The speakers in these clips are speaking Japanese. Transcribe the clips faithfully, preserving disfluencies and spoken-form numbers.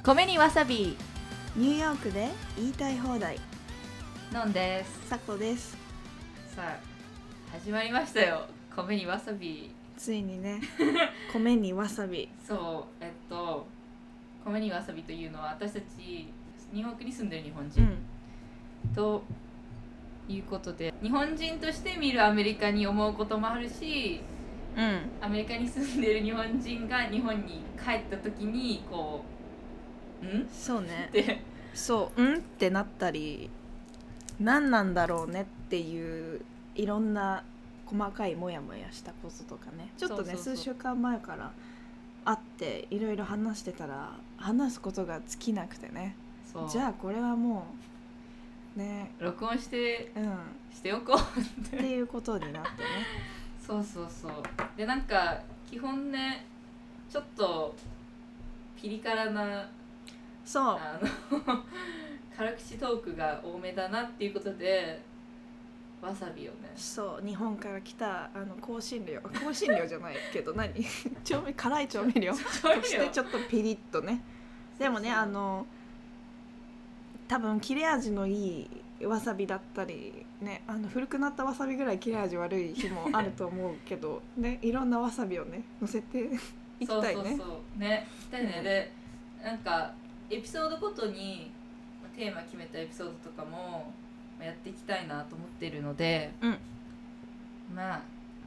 米にわさびニューヨークで言いたい放題。 のんです。 さこです。 さあ始まりましたよ、米にわさび。 ついにね米にわさび。 そうえっと米にわさびというのは私たちニューヨークに住んでる日本人、うん、ということで、日本人として見るアメリカに思うこともあるし、うん、アメリカに住んでる日本人が日本に帰った時にこうんそうねってそううんってなったり、何なんだろうねっていういろんな細かいモヤモヤしたこととかね、ちょっとね、そうそうそう、数週間前から会っていろいろ話してたら話すことが尽きなくてね。そうじゃあこれはもうね録音して、うん、しておこうってっていうことになってねそうそうそう。でなんか基本ねちょっとピリ辛なそうあの辛口トークが多めだなっていうことでわさびをね、 そう日本から来たあの香辛料香辛料じゃないけど何調味辛い調味料としてちょっとピリッとねでもね、そうそう、あの多分切れ味のいいわさびだったりね、あの古くなったわさびぐらい切れ味悪い日もあると思うけどね、いろんなわさびをね乗せていきたいね。 そうそうそうね、いきたいね。でなんかエピソードごとにテーマ決めたエピソードとかもやっていきたいなと思ってるので、うん、まあ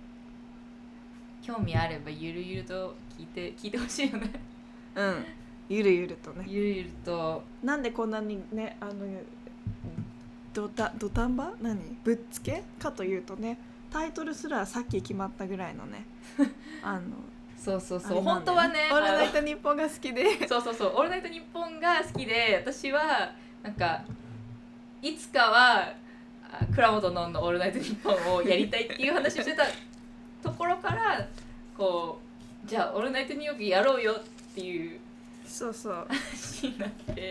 興味あればゆるゆると聞いて聞いてほしいよね。 うん、ゆるゆるとね。 ゆるゆると。 なんでこんなにね、あのドタ土壇場何ぶっつけかというとね、タイトルすらさっき決まったぐらいのねあのそうそうそう、本当はねオールナイトニッポンが好きでそうそうそう、オールナイトニッポンが好きで、私はなんかいつかは倉本のんのオールナイトニッポンをやりたいっていう話をしてたところからこうじゃあオールナイトニューヨークやろうよっていうそうそう話になって、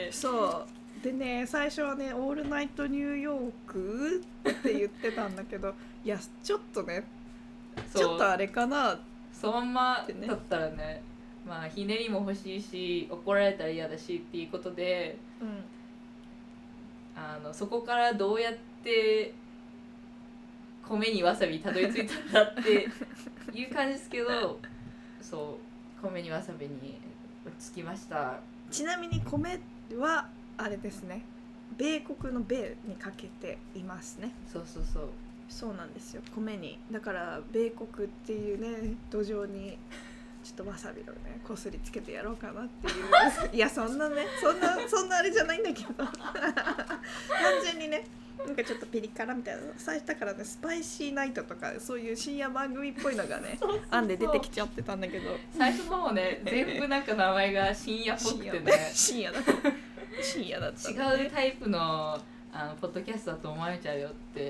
そうでね、最初はねオールナイトニューヨークって言ってたんだけどいやちょっとねちょっとあれかな、 そのままだったらね、まあひねりも欲しいし怒られたら嫌だしっていうことで、うん、あのそこからどうやって米にわさびたどり着いたんだっていう感じですけどそう米にわさびに着きました。 ちなみに米はあれですね、米国の米にかけていますね。 そうそうそうそうなんですよ、米に。だから米国っていうね土壌にちょっとわさびをねこすりつけてやろうかなっていういやそんなねそんなそんなあれじゃないんだけど単純にねなんかちょっとピリ辛みたいな最初だからね、スパイシーナイトとかそういう深夜番組っぽいのがねそうそうそう案で出てきちゃってたんだけど、 最初の方ね全部なんか名前が深夜っぽくてね深夜だった深夜だった、 ね、違うタイプのあのポッドキャストだと思われちゃうよって。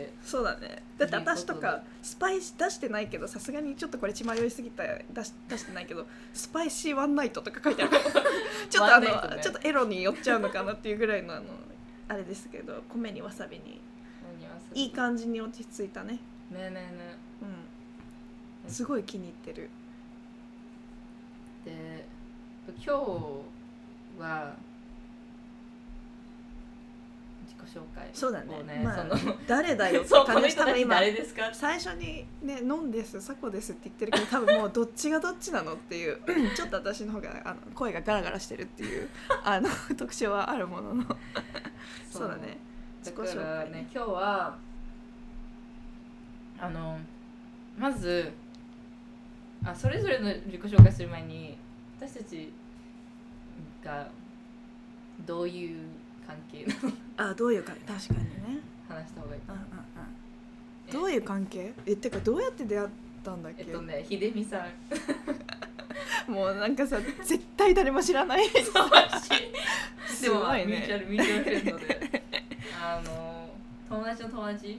そうだね、だって私とかスパイシー出してないけど、さすがにちょっとこれ血迷いすぎた出し出してないけどスパイシーワンナイトとか書いてあるちょっとあの、ね、ちょっとエロに寄っちゃうのかなっていうぐらいのあのあれですけど、米にわさびにいい感じに落ち着いたね。ねえねえねうん、すごい気に入ってる。 で今日は紹介そうだね、 ね、 まあ、 その誰だよって感じ。多分今誰ですか最初にね、のんです、さこですって言ってるけど、多分もうどっちがどっちなのっていうちょっと私の方があの声がガラガラしてるっていうあの特徴はあるもののそう, そうだね。 だからね、今日はあのまずあそれぞれの自己紹介する前に私たちがどういう関係のあどういうか確かにね話した方がいいかな、うんうんうん、どういう関係えってかどうやって出会ったんだっけ。 えっとね秀美さんもうなんかさ絶対誰も知らないでも、ね、ミューチャルミューチャルフレンドであの友達の友達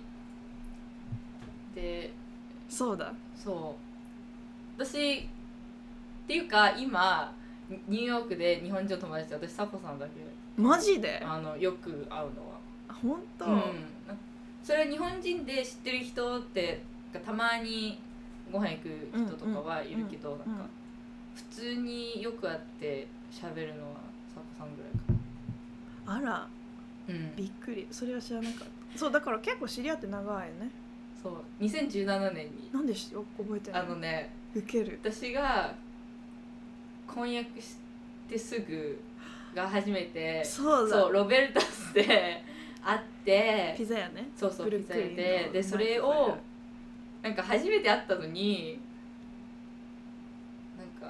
でそうだそう私っていうか今ニューヨークで日本人の友達で私サコさんだけマジであのよく会うのは本当、 うん、それ日本人で知ってる人ってたまにご飯行く人とかはいるけど、うんうんうん、なんか普通によく会って喋るのはさこさんぐらいかな。 あら、うん、びっくり。それは知らなかった。そうだから結構知り合って長いよね。 そうにせんじゅうななねんに。 なんでし覚えてるの？ あのね、 ウケる。 私が婚約してすぐが初めて、 そうだ、 そうロベルタスで会って、 ピザ屋ね。 そうそうピザ屋で、でそれをなんか初めて会ったのに、なんか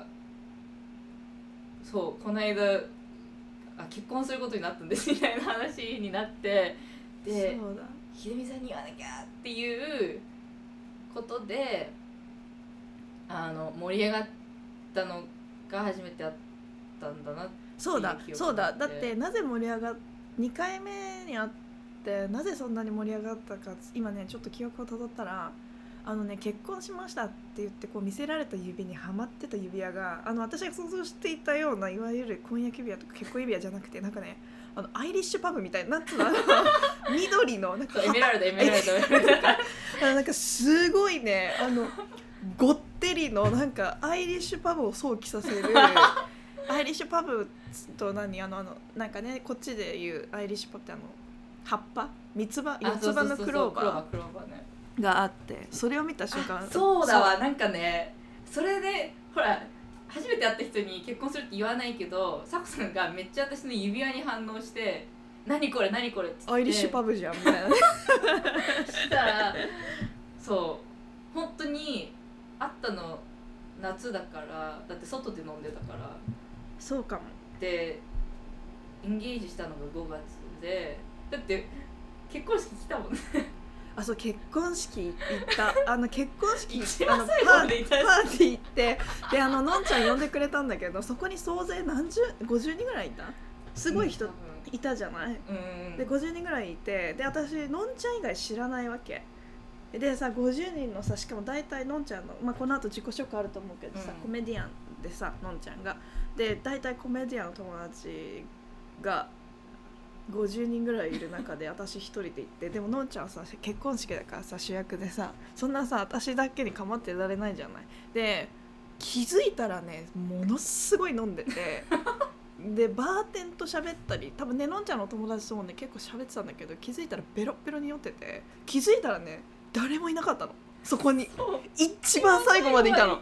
そうこの間あ結婚することになったんですみたいな話になって、でそうだ、 秀美さんに言わなきゃっていうことであの盛り上がったのが初めてあったんだなっていうそうだ記憶そうだ。 があって、 だってなぜ盛り上がっにかいめに会ってなぜそんなに盛り上がったか、今ねちょっと記憶をたどったら、あのね結婚しましたって言ってこう見せられた指にはまってた指輪が、あの私が想像していたようないわゆる婚約指輪とか結婚指輪じゃなくて、なんかねあのアイリッシュパブみたいな、なんつうの緑のなんかエメラルドエメラルドエメラルドなんかすごいね、あのごってりのなんかアイリッシュパブを想起させるアイリッシュパブと何あのあのなんかねこっちでいうアイリッシュパブってあの葉っぱ三つ葉四つ葉のクローバーがあって、それを見た瞬間、 そうだわ、なんかねそれでほら初めて会った人に結婚するって言わないけど、サコさんがめっちゃ私の指輪に反応して何これ何これって言ってアイリッシュパブじゃんみたいなしたらそう本当に会ったの夏だから、だって外で飲んでたから。 そうかも。 でエンゲージしたのがごがつで、だって結婚式来たもんねあ、そう結婚式行ったあの結婚式あのパーパーティー行って、であののんちゃん呼んでくれたんだけど、そこに総勢何十ごじゅうにんぐらいいた、すごい人いたじゃない、うん、でごじゅうにんぐらいいて、で私のんちゃん以外知らないわけでさ、ごじゅうにんのさ、しかも大体のんちゃんの、まあ、この後自己紹介あると思うけどさ、うん、コメディアンでさ、のんちゃんがで大体コメディアンの友達がごじゅうにんぐらいいる中で私一人で行って、でものんちゃんはさ結婚式だからさ主役でさ、そんなさ私だけに構ってられないじゃない。で気づいたらねものすごい飲んでてでバーテンと喋ったり、多分ねのんちゃんのお友達ともね結構喋ってたんだけど、気づいたらベロッベロに酔ってて、気づいたらね誰もいなかったの、そこに一番最後までいたの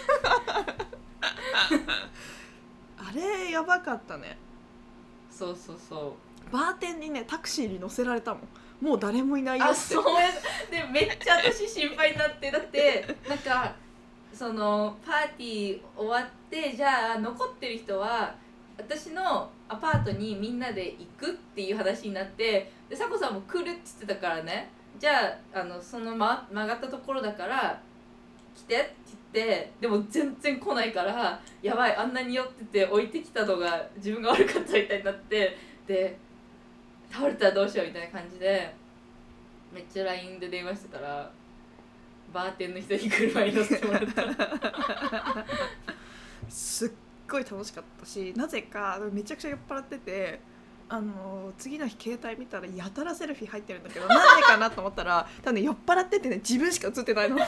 あれやばかったね。 そうそうそう、 バーテンにねタクシーに乗せられたもん、もう誰もいないよって。あ、 そうでめっちゃ私心配になって、だってなんかそのパーティー終わってじゃあ残ってる人は私のアパートにみんなで行くっていう話になって、でサコさんも来るって言ってたからね、じゃあ、あのその、ま、曲がったところだから来てって言って、でも全然来ないから、やばいあんなに酔ってて置いてきたのが自分が悪かったみたいになって、で倒れたらどうしようみたいな感じでめっちゃ ライン で電話してたらバーテンの人に車に乗せてもらったすっごい楽しかったし、なぜかめちゃくちゃ酔っ払ってて、あの次の日携帯見たらやたらセルフィー入ってるんだけど、なんでかなと思ったら多分ね酔っ払っててね自分しか写ってないの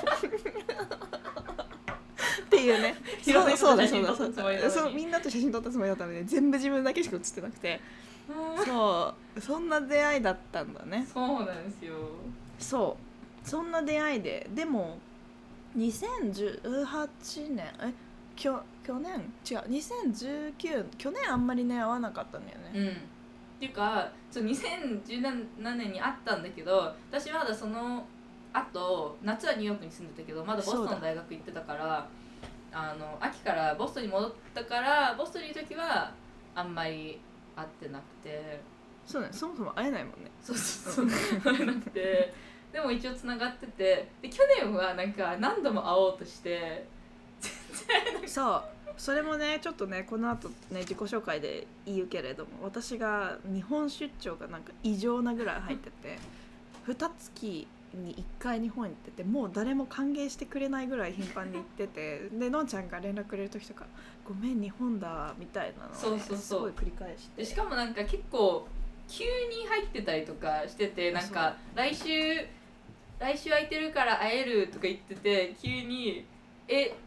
っていうねそうそうだそうだそうだそう、みんなと写真撮ったつもりだったので、ね、全部自分だけしか写ってなくてそうそんな出会いだったんだね。 そうなんですよ。 そうそんな出会いで、でもにせんじゅうはちねんえきょ去年違うにせんじゅうきゅう去年あんまりね会わなかったんだよね。 うんっていうかそうにせんじゅうななねんに会ったんだけど、私まだその後夏はニューヨークに住んでたけどまだボストンの大学行ってたから、あの秋からボストンに戻ったから、ボストンにいる時はあんまり会ってなくて、 そうね、そもそも会えないもんね。 そうそうそう会えなくてでも一応つながってて、で去年はなんか何度も会おうとして全然会えなくて、 そうそれもねちょっとねこの後ね自己紹介で言うけれども、私が日本出張がなんか異常なぐらい入っててにがつにいっかい日本に行ってて、もう誰も歓迎してくれないぐらい頻繁に行っててでのんちゃんが連絡くれる時とかごめん日本だみたいなのを、ね、 そうそうそうすごい繰り返して、 でしかもなんか結構急に入ってたりとかしてて、なんか来週来週空いてるから会えるとか言ってて、急にえ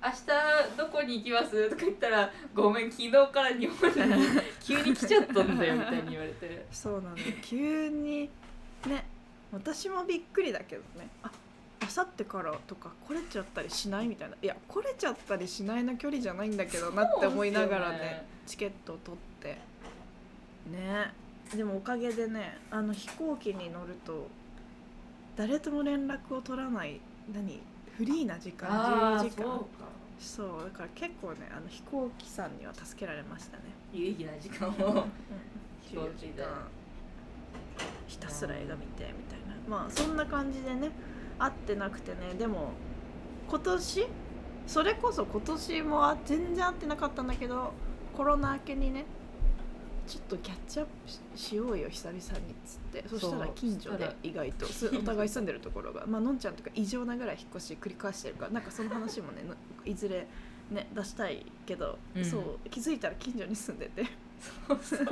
明日どこに行きますとか言ったらごめん昨日から日本に急に来ちゃったんだよみたいに言われてそうなの急にね私もびっくりだけどねあ明後日からとか来れちゃったりしないみたいないや来れちゃったりしないの距離じゃないんだけどなって思いながら ね, ねチケットを取ってねでもおかげでねあの飛行機に乗ると誰とも連絡を取らない何フリーな時間じゅうよじかんそうそうだから結構ねあの飛行機さんには助けられましたね有意義な時間を、うん、飛行機でひたすら映画見てみたいなまあそんな感じでね会ってなくてねでも今年それこそ今年も全然会ってなかったんだけどコロナ明けにねちょっとキャッチアップ し, しようよ久々にっつってそしたら近所で意外とお互い住んでるところがまあのんちゃんとか異常なぐらい引っ越し繰り返してるからなんかその話もねいずれね出したいけど、うん、そう気づいたら近所に住んでてそうそう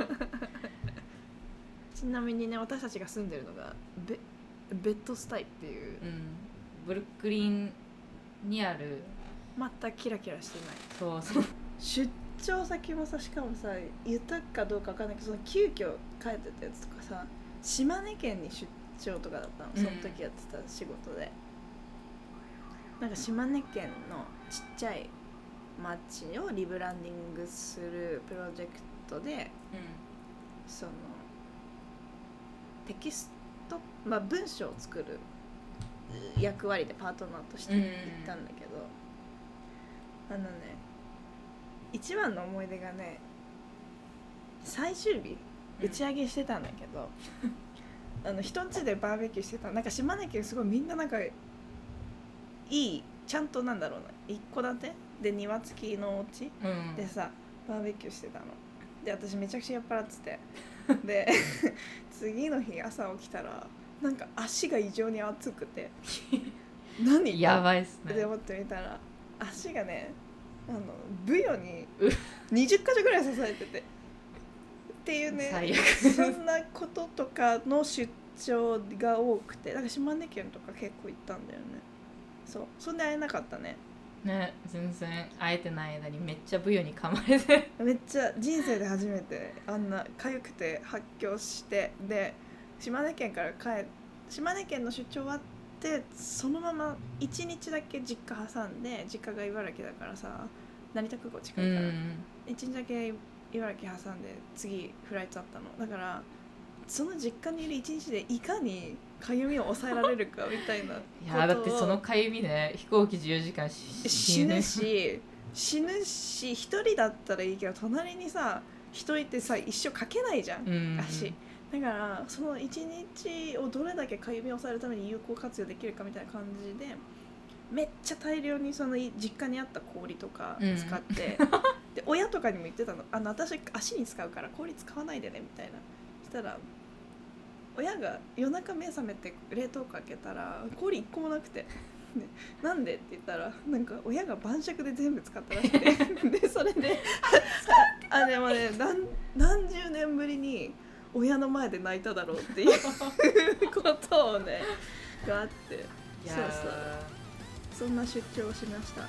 ちなみにね私たちが住んでるのがベベッドスタイっていう、 うん、ブルックリンにあるまたキラキラしてないそうそう出張先もさしかもさ言ったかどうか分かんないけどその急遽帰ってたやつとかさ島根県に出張とかだったのその時やってた仕事で、うん、なんか島根県のちっちゃい町をリブランディングするプロジェクトで、うん、そのテキスト、まあ、文章を作る役割でパートナーとして行ったんだけど、うん、あのね一番の思い出がね最終日打ち上げしてたんだけど、うん、あの人ん家でバーベキューしてたなんか島根県すごいみんななんかいいちゃんとなんだろうな一戸建てで庭付きのお家、うん、でさバーベキューしてたので私めちゃくちゃ酔っ払っててで次の日朝起きたらなんか足が異常に熱くて何やばいっすねで思ってみたら足がねあのブヨににじゅっかしょぐらい刺されててっていうねそんなこととかの出張が多くてだから島根県とか結構行ったんだよねそうそんで会えなかったねね全然会えてない間にめっちゃブヨに噛まれてめっちゃ人生で初めてあんな痒くて発狂してで島根県から帰島根県の出張終わってそのままいちにちだけ実家挟んで実家が茨城だからさ成田空港近いからいちにちだけ茨城挟んで次フライトあったのだからその実家にいるいちにちでいかにかゆみを抑えられるかみたいなことをいやだってそのかゆみね飛行機じゅうよじかん死ぬし死ぬし一人だったらいいけど隣にさ人いてさ一生かけないじゃん、うん、足だからそのいちにちをどれだけかゆみを抑えるために有効活用できるかみたいな感じでめっちゃ大量にその実家にあった氷とか使って、うん、で親とかにも言ってたのあの私足に使うから氷使わないでねみたいなそしたら親が夜中目覚めて冷凍庫開けたら氷いっこもなくてでなんでって言ったらなんか親が晩酌で全部使ったらしくてでそれであでもね何、何十年ぶりに親の前で泣いただろうっていうことをねがあってそうそうそんな出張をしました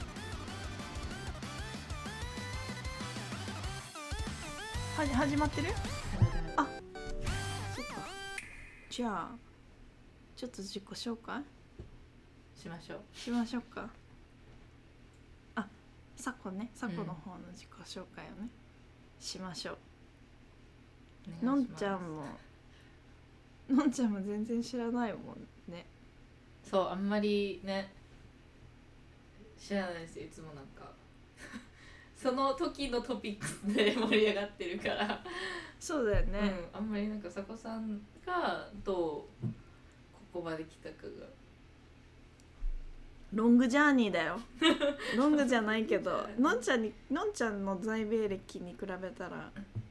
は始まってるあそっかじゃあちょっと自己紹介しましょうしましょうかあさこねさこの方の自己紹介をね、うん、しましょうのんちゃんものんちゃんも全然知らないもんねそうあんまりね知らないですよいつもなんかその時のトピックスで盛り上がってるからそうだよね、 うん、あんまりなんかさこさんがどうここまで来たかがロングジャーニーだよロングじゃないけどのんちゃんにのんちゃんの在米歴に比べたら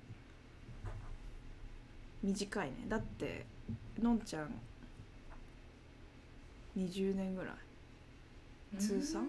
短いねだってのんちゃんにじゅうねんぐらい通算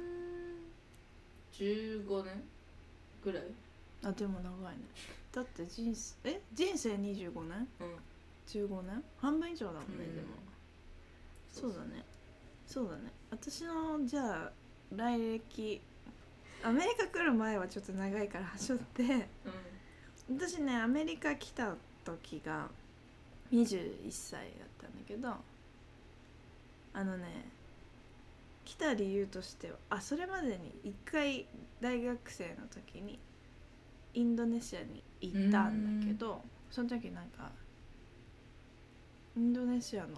じゅうごねんぐらいあでも長いねだって人生え人生にじゅうごねん、うん、じゅうごねん半分以上だもんね、うん、でもそうだねそうだね私のじゃあ来歴アメリカ来る前はちょっと長いから端折って、うん、私ねアメリカ来た時がにじゅういっさいだったんだけど、あのね来た理由としてはあそれまでに一回大学生の時にインドネシアに行ったんだけど、その時なんかインドネシアの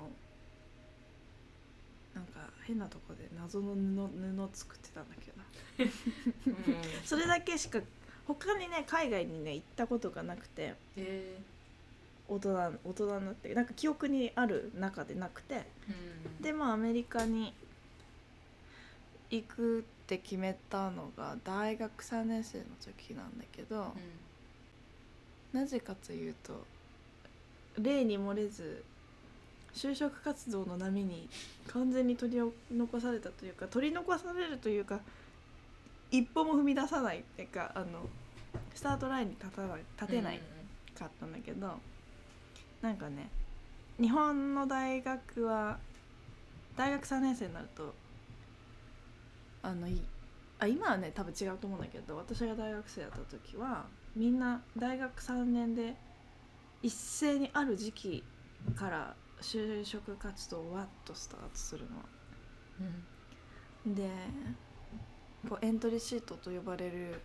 なんか変なとこで謎の布布作ってたんだけど、うん、それだけしか他にね海外にね行ったことがなくて、へ大人大人になってなんか記憶にある中でなくて、うん、でまあアメリカに行くって決めたのが大学さんねん生の時なんだけど、うん、なぜかというと例に漏れず就職活動の波に完全に取り残されたというか取り残されるというか一歩も踏み出さないっていうかあのスタートラインに立たない立てないかったんだけど、うん、なんかね日本の大学は大学さんねん生になるとあのいあ今はね多分違うと思うんだけど私が大学生だった時はみんな大学さんねんで一斉にある時期から就職活動をわっとスタートするの、うん、でこうエントリーシートと呼ばれる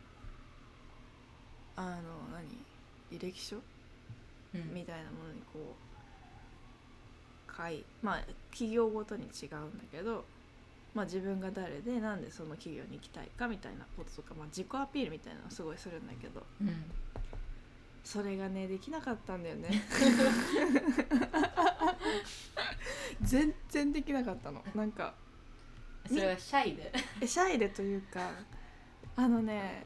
あの何履歴書、うん、みたいなものにこう書いまあ企業ごとに違うんだけど、まあ、自分が誰でなんでその企業に行きたいかみたいなこととか、まあ、自己アピールみたいなのをすごいするんだけど、うん、それがねできなかったんだよね全然できなかったの。なんかそれはシャイでシャイでというかあのね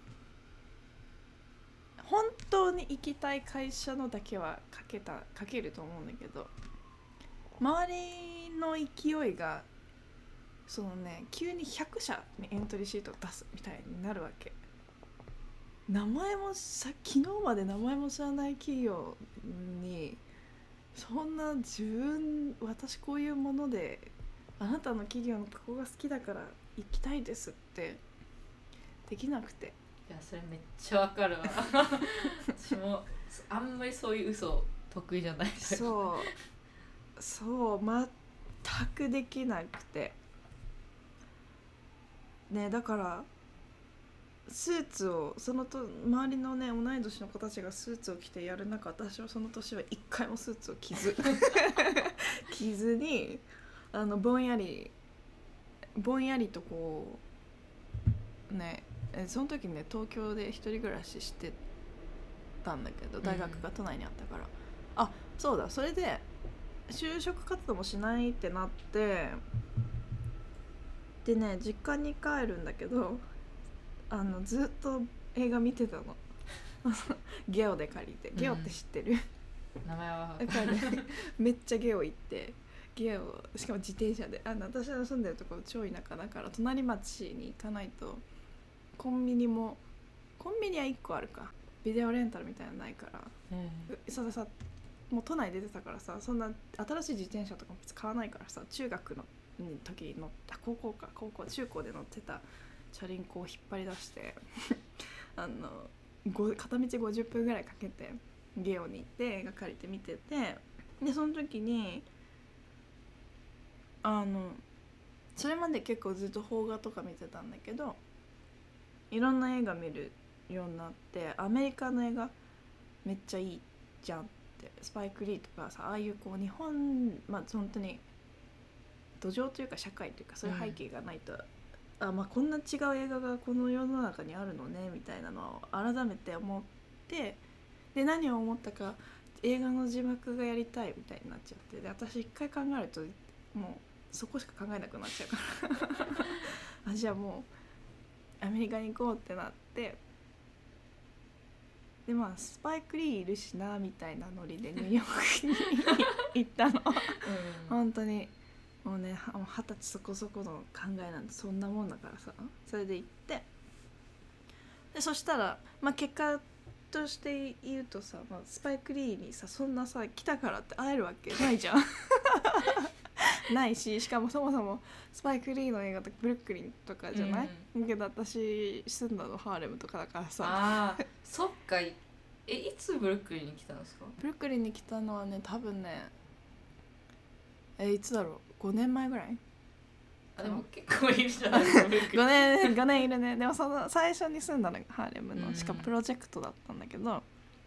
本当に行きたい会社のだけは書けた書けると思うんだけど周りの勢いがそのね急にひゃく社にエントリーシートを出すみたいになるわけ。名前もさ昨日まで名前も知らない企業にそんな自分私こういうものであなたの企業のここが好きだから行きたいですってできなくて、 いやそれめっちゃわかるわ私もあんまりそういう嘘得意じゃないそうそう全くできなくてね。だからスーツをそのと周りのね同い年の子たちがスーツを着てやる中私はその年は一回もスーツを着ず着ずにあのぼんやりぼんやりとこうねその時ね東京で一人暮らししてたんだけど大学が都内にあったから、うん、あそうだそれで就職活動もしないってなってでね実家に帰るんだけどあのずっと映画見てたのゲオで借りてゲオって知ってる、 うん、名前はめっちゃゲオ行ってゲオしかも自転車であの私の住んでるところ超田舎だから隣町に行かないとコンビニもコンビニはいっこあるかビデオレンタルみたいなのないから、うん、それさもう都内出てたからさそんな新しい自転車とかも買わないからさ中学の時に乗った高校か高校中高で乗ってたチャリンコを引っ張り出してあの片道ごじゅっぷんぐらいかけてゲオに行って映画借りて見ててでその時にあのそれまで結構ずっと邦画とか見てたんだけどいろんな映画見るようになってアメリカの映画めっちゃいいじゃんってスパイク・リーとかさああいうこう日本まあ本当に土壌というか社会というかそういう背景がないと、うんあまあ、こんな違う映画がこの世の中にあるのねみたいなのを改めて思ってで何を思ったか映画の字幕がやりたいみたいになっちゃってで私一回考えるともうそこしか考えなくなっちゃうからあじゃあもうアメリカに行こうってなってでまあスパイク・リーいるしなみたいなノリでニューヨークに行ったの、うん、本当にもうね二十歳そこそこの考えなんてそんなもんだからさそれで行ってでそしたら、まあ、結果として言うとさ、まあ、スパイク・リーにさそんなさ来たからって会えるわけないじゃんないし、しかもそもそもスパイク・リーの映画とかブルックリンとかじゃない、うん、だけど私住んだのハーレムとかだからさ。 あーそっか。えいつブルックリンに来たんですか？ ブルックリンに来たのはね多分ねえいつだろうごねんまえぐらい。 あでも結構いるじゃないですか。 ごねんごねんいるね。でもその最初に住んだのがハーレムの、しかもプロジェクトだったんだけど、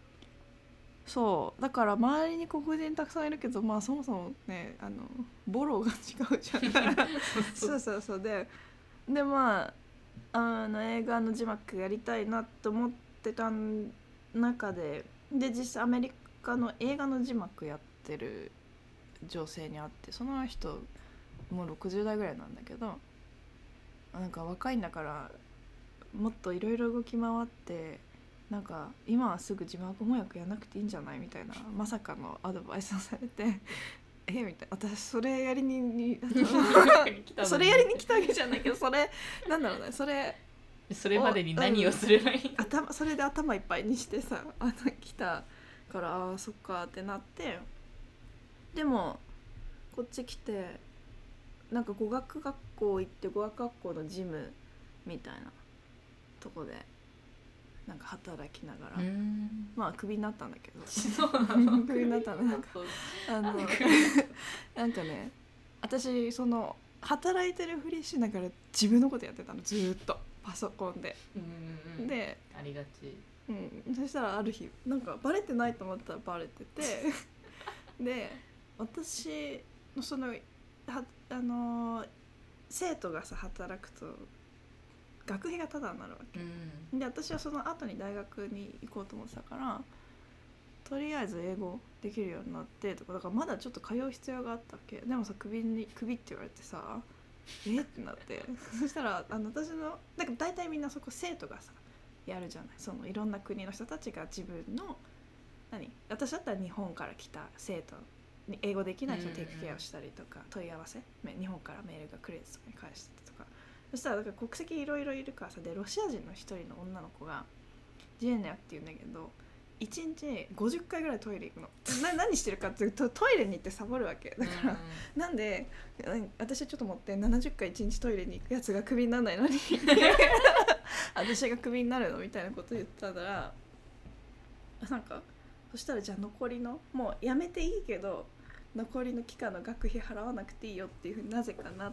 そうだから周りに黒人たくさんいるけど、まあそもそもねあのボロが違うじゃん。そうそうそうででまああの映画の字幕やりたいなと思ってた中でで実際アメリカの映画の字幕やってる女性に会って、その人もうろくじゅう代ぐらいなんだけど、なんか若いんだからもっといろいろ動き回ってなんか今はすぐ字幕翻訳やらなくていいんじゃないみたいなまさかのアドバイスをされてえみたいな、私それやりににそれやりに来たわけじゃないけど、それなんだろうね、それそれまでに何をすればいい、 うん、頭それで頭いっぱいにしてさあの来たからあそっかってなって、でもこっち来てなんか語学学校行って語学学校のジムみたいなとこでなんか働きながら、まあクビになったんだけどクビになったのなんかあのなんかね私その働いてるふりしながら自分のことやってたのずーっとパソコンで、 うんうん、でありがち、 うん、そしたらある日なんかバレてないと思ったらバレててで私のそのはあのー、生徒がさ働くと学費がタダになるわけ、うん、で私はその後に大学に行こうと思ってたからとりあえず英語できるようになってとかだからまだちょっと通う必要があったわけでもさクビにクビって言われてさえってなってそしたらあの私のなんか大体みんなそこ生徒がさやるじゃない、そのいろんな国の人たちが自分の何私だったら日本から来た生徒に英語できない人テイクケアをしたりとか、問い合わせ日本からメールがクレジットに返してとか、そしたらだから国籍いろいろいるからさ、でロシア人の一人の女の子がジェーネアっていうんだけどいちにちごじゅっかいぐらいトイレ行くのな何してるかっていうとトイレに行ってサボるわけだから、うん、なんで私はちょっと持ってななじゅっかいいちにちトイレに行くやつがクビにならないのに私がクビになるのみたいなこと言ったらなんかそしたらじゃあ残りのもうやめていいけど残りの期間の学費払わなくていいよっていうふうになぜかなって、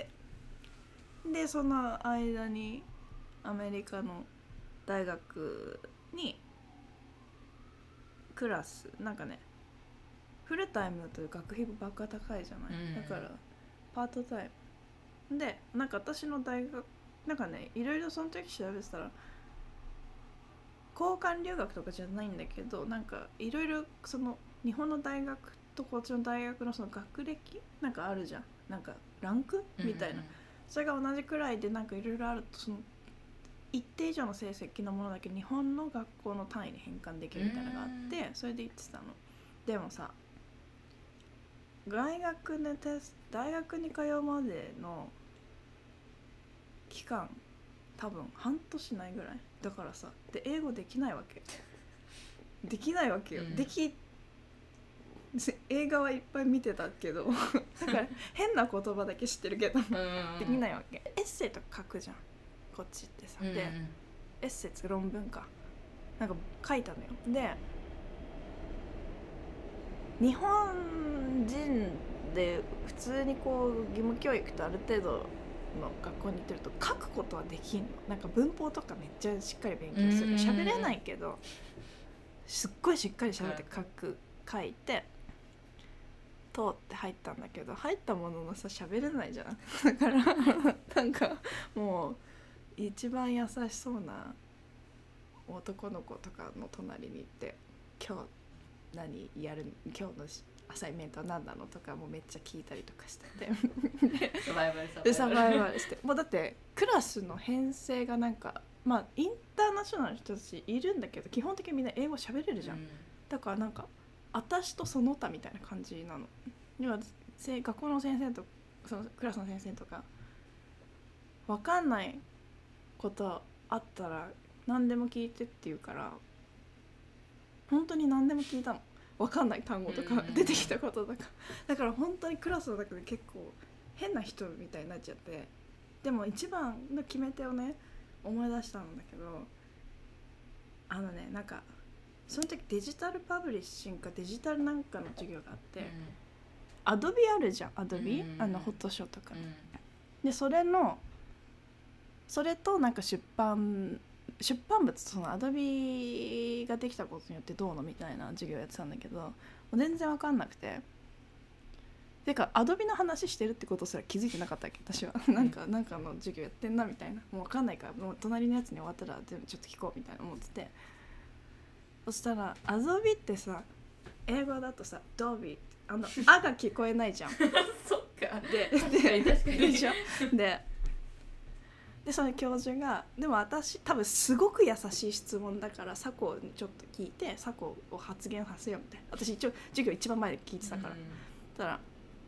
でその間にアメリカの大学にクラスなんかねフルタイムだと学費ばっか高いじゃない、うん、だからパートタイムでなんか私の大学なんかねいろいろその時調べてたら交換留学とかじゃないんだけどなんかいろいろその日本の大学とこっちの大学のその学歴なんかあるじゃん、なんかランクみたいな、うんうん、それが同じくらいでなんかいろいろあるとその一定以上の成績のものだけ日本の学校の単位に変換できるみたいなのがあってそれで言ってたの。でもさ大学でテス大学に通うまでの期間多分半年ないぐらいだからさで英語できないわけできないわけよ、うん、でき映画はいっぱい見てたけどだから変な言葉だけ知ってるけどできないわけ。エッセイとか書くじゃんこっちってさ、で、うんうん、エッセイって論文かなんか書いたのよ。で日本人で普通にこう義務教育とある程度の学校に行ってると書くことはできんの。なんか文法とかめっちゃしっかり勉強する喋れないけどすっごいしっかり喋って書く書いて通って入ったんだけど入ったもののさ喋れないじゃんだからなんかもう一番優しそうな男の子とかの隣に行って今日何やる今日のアサイメントは何なのとかもめっちゃ聞いたりとかしててサバイバルサバイバルサバイバルしてもうだってクラスの編成がなんかまあインターナショナルの人たちいるんだけど基本的にみんな英語喋れるじゃん、うん、だからなんか私とその他みたいな感じなの。要は学校の先生とそのクラスの先生とか分かんないことあったら何でも聞いてって言うから本当に何でも聞いたの。 分かんない単語とか出てきたこととかだから本当にクラスの中で結構変な人みたいになっちゃって、でも一番の決め手をね思い出したんだけど、あのねなんかその時デジタルパブリッシングかデジタルなんかの授業があって、うん、アドビあるじゃん、アドビ、うん、あのホットショーとか、うん、でそれのそれとなんか出版出版物、そのアドビができたことによってどうのみたいな授業やってたんだけど、もう全然分かんなくて、てかアドビの話してるってことすら気づいてなかったっけ私はなんかなんかの授業やってんなみたいな、もう分かんないからもう隣のやつに終わったら全部ちょっと聞こうみたいな思ってて、そしたらアドビってさ英語だとさドービーあのあが聞こえないじゃんそっかでで確かにでしょででその教授がでも私多分すごく優しい質問だからサコにちょっと聞いてサコを発言させようみたいな、私一応授業一番前で聞いてたから、うん、だから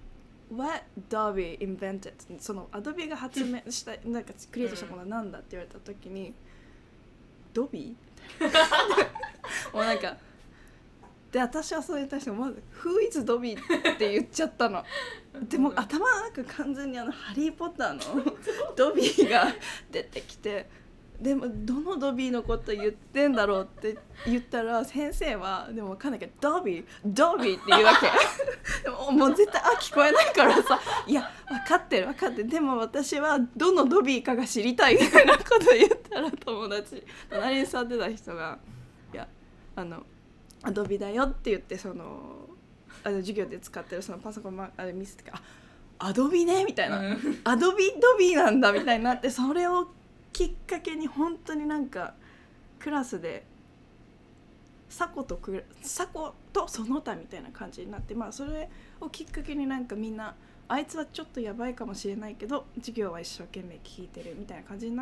What Adobe invented その Adobe が発明したなんかクリエイトしたものは何だって言われた時に、うん、ドビーもうなんかで私はそれに対してまず Who is Dobby って言っちゃったのでも頭の中完全にあのハリーポッターのドビーが出てきて、でもどのドビーのこと言ってんだろうって言ったら先生はでも分かんないけどドビードビーって言うわけでももう絶対あ聞こえないからさ、いや分かってる分かってる、でも私はどのドビーかが知りたいみたいなこと言ったら友達隣に座ってた人がいやあのアドビだよって言ってそのあの授業で使ってるそのパソコン、ま、あれ見せてかあアドビねみたいな、うん、アドビドビなんだみたいになって、それをきっかけに本当になんかクラスでサコとクサコとその他みたいな感じになって、まあそれをきっかけになんかみんなあいつはちょっとやばいかもしれないけど授業は一生懸命聞いてるみたいな感じになって、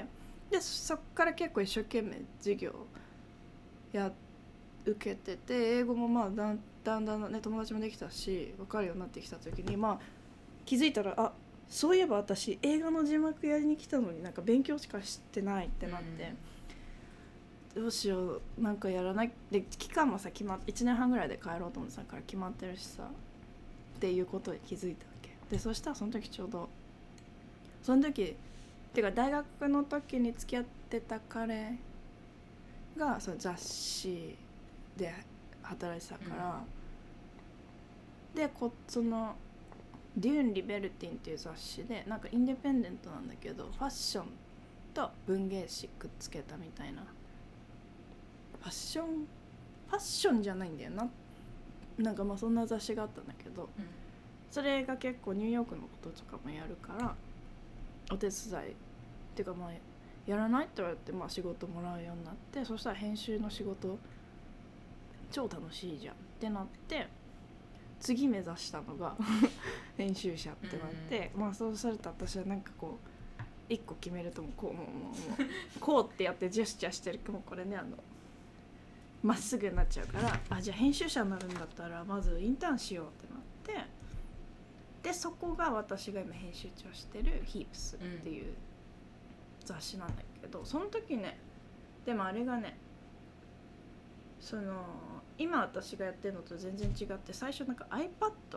でそっから結構一生懸命授業やって受けてて、英語もまあだんだんだんね友達もできたし分かるようになってきた時に、まあ気づいたらあそういえば私映画の字幕やりに来たのになんか勉強しかしてないってなって、うん、どうしようなんかやらないで期間もさ決まっていちねんはんぐらいで帰ろうと思ってたから決まってるしさっていうことに気づいたわけで、そしたらその時ちょうどその時てか大学の時に付き合ってた彼がその雑誌で働いてたから、うん、でこそのデューン・リベルティンっていう雑誌でなんかインディペンデントなんだけどファッションと文芸誌くっつけたみたいな、ファッションファッションじゃないんだよな、なんかまあそんな雑誌があったんだけど、うん、それが結構ニューヨークのこととかもやるからお手伝いっていうかまあやらないって言われて、まあ、仕事もらうようになって、そしたら編集の仕事超楽しいじゃんってなって次目指したのが編集者ってなって、うん、まあそうすると私はなんかこう一個決めるともこうもうもうもうこうってやってジェスチャーしてるもうこれねあのまっすぐになっちゃうから、あじゃあ編集者になるんだったらまずインターンしようってなって、でそこが私が今編集長してるヒープスっていう雑誌なんだけど、その時ねでもあれがねその今私がやってるのと全然違って、最初なんか iPad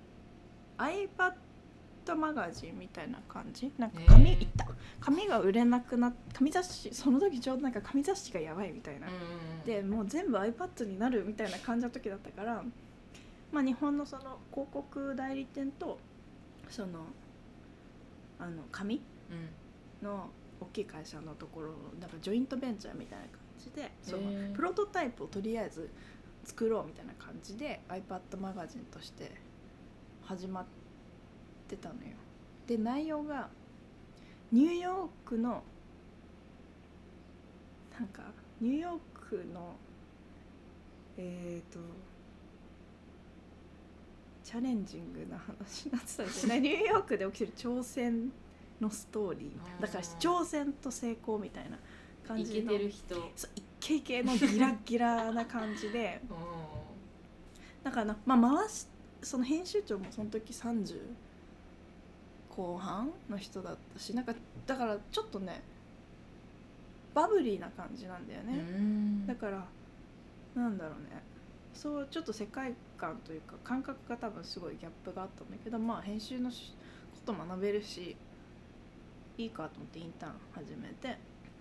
iPad マガジンみたいな感じ、なんか紙いった紙が売れなくなっ紙雑誌、その時ちょうどなんか紙雑誌がやばいみたいな、でもう全部 iPad になるみたいな感じの時だったから、まあ日本のその広告代理店とそのあの紙の大きい会社のところなんかジョイントベンチャーみたいな感じで、そのプロトタイプをとりあえず作ろうみたいな感じで iPad マガジンとして始まってたのよ。で内容がニューヨークのなんかニューヨークのえっとチャレンジングな話になってたんですよねニューヨークで起きてる挑戦のストーリーみたいな、だから挑戦と成功みたいな感じのイケてる人、 そうイケイケのギラギラな感じでだからな、まあ、回しその編集長もその時さんじゅう後半の人だったし、なんかだからちょっとねバブリーな感じなんだよね。だからなんだろうね、 そうちょっと世界観というか感覚が多分すごいギャップがあったんだけど、まあ編集のこと学べるしいいかと思ってインターン始めて、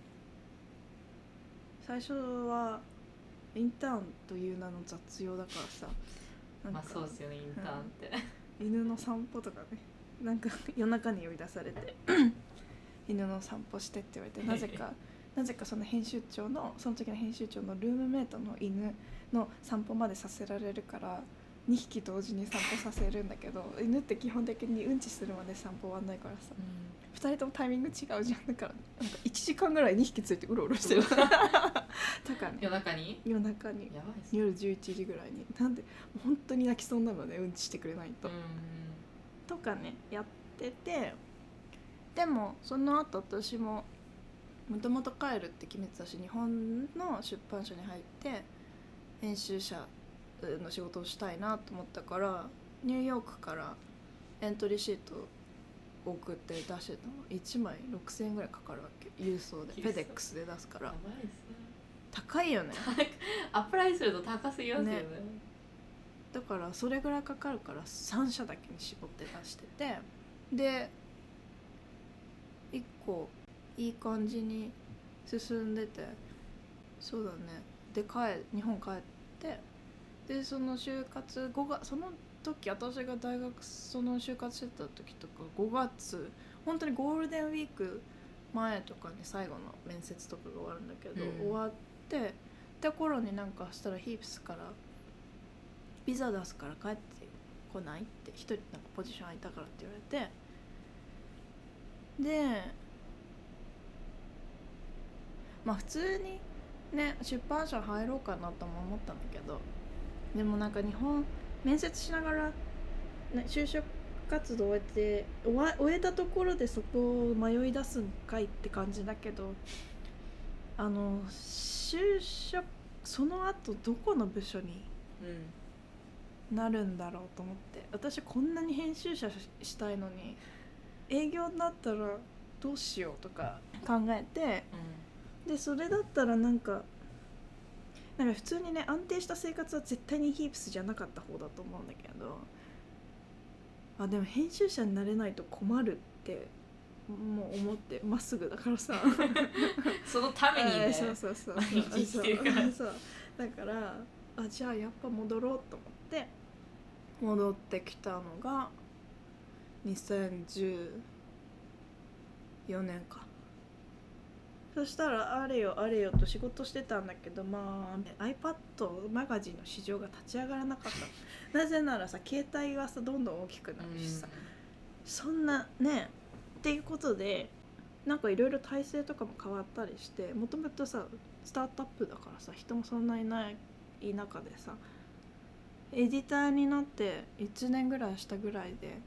最初はインターンという名の雑用だからさ、 なんかまあそうですよねインターンって、 うん、犬の散歩とかね、なんか夜中に呼び出されて犬の散歩してって言われて、なぜかなぜかその編集長のその時の編集長のルームメイトの犬の散歩までさせられるからにひき同時に散歩させるんだけど、犬って基本的にうんちするまで散歩終わんないからさ、うん、ふたりともタイミング違うじゃん。だからなんかいちじかんぐらいにひきついてうろうろしてるとかね、 夜中に夜中にやばいっす、 夜じゅういちじぐらいになんで本当に泣きそうなのでうんちしてくれないと、うん、とかねやってて、でもその後私ももともと帰るって決めてたし、日本の出版社に入って編集者の仕事をしたいなと思ったから、ニューヨークからエントリーシートを送って出してたの。いちまいろくせんえんぐらいかかるわけ、郵送でフェデックスで出すから。やばいですね、高いよねアプライすると高すぎますよね。ね、 だからそれぐらいかかるからさんしゃだけに絞って出してて、でいっこいい感じに進んでて、そうだね、で帰日本帰って、でその就活ごがつ、その時私が大学その就活してた時とかごがつ本当にゴールデンウィーク前とかに最後の面接とかが終わるんだけど、うん、終わってって頃になんかしたらヒープスからビザ出すから帰ってこないって一人なんかポジション空いたからって言われて、でまあ普通にね出版社入ろうかなとも思ったんだけど、でもなんか日本面接しながら、ね、就職活動を終えて終えたところでそこを迷い出すんかいって感じだけど、あの就職その後どこの部署になるんだろうと思って、私こんなに編集者したいのに営業になったらどうしようとか考えて、うん、でそれだったらなんかなんか普通にね安定した生活は絶対にヒープスじゃなかった方だと思うんだけど、あでも編集者になれないと困るってもう思ってまっすぐだからさそのためにね、 そうそうそう毎日生きてるからそうだからあじゃあやっぱ戻ろうと思って戻ってきたのがにせんじゅうよねんか。そしたらあれよあれよと仕事してたんだけど、まあ iPad マガジンの市場が立ち上がらなかったなぜならさ携帯がさどんどん大きくなるしさ、そんなねっていうことでなんかいろいろ体制とかも変わったりして、もともとさスタートアップだからさ人もそんなにいない中でさエディターになっていちねんぐらいしたぐらいで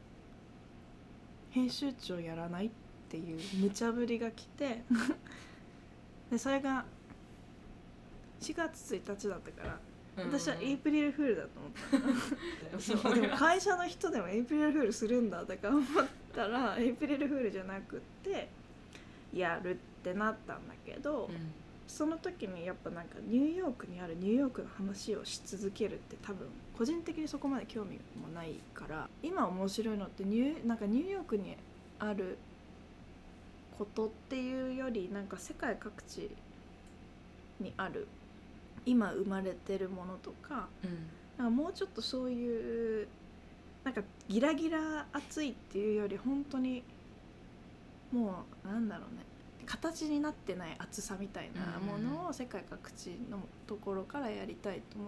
編集長やらないっていう無茶ぶりが来てでそれがしがつついたちだったから、うんうん、私はエイプリルフールだと思ったそうでも会社の人でもエイプリルフールするんだとか思ったらエイプリルフールじゃなくってやるってなったんだけど、うん、その時にやっぱなんかニューヨークにあるニューヨークの話をし続けるって多分個人的にそこまで興味もないから、今面白いのってニューなんかニューヨークにあることっていうよりなんか世界各地にある今生まれてるものとか、うん、なんかもうちょっとそういうなんかギラギラ熱いっていうより本当にもうなんだろうね形になってない熱さみたいなものを世界各地のところからやりたいと思って、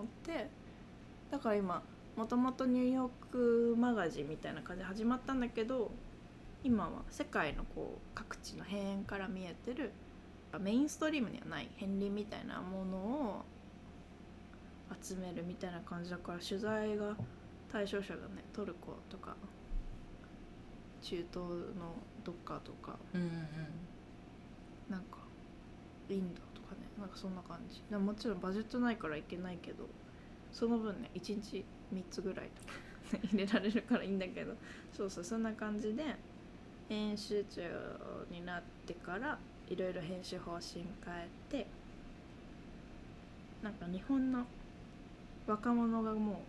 だから今もともとニューヨークマガジンみたいな感じで始まったんだけど、今は世界のこう各地の辺縁から見えてるメインストリームにはない片鱗みたいなものを集めるみたいな感じだから、取材が対象者がねトルコとか中東のどっかとか、うんうん、なんかインドとかね、なんかそんな感じでも、もちろんバジェットないからいけないけどその分ねいちにちみっつぐらいとか入れられるからいいんだけど、そうそうそんな感じで編集長になってからいろいろ編集方針変えて、なんか日本の若者がもう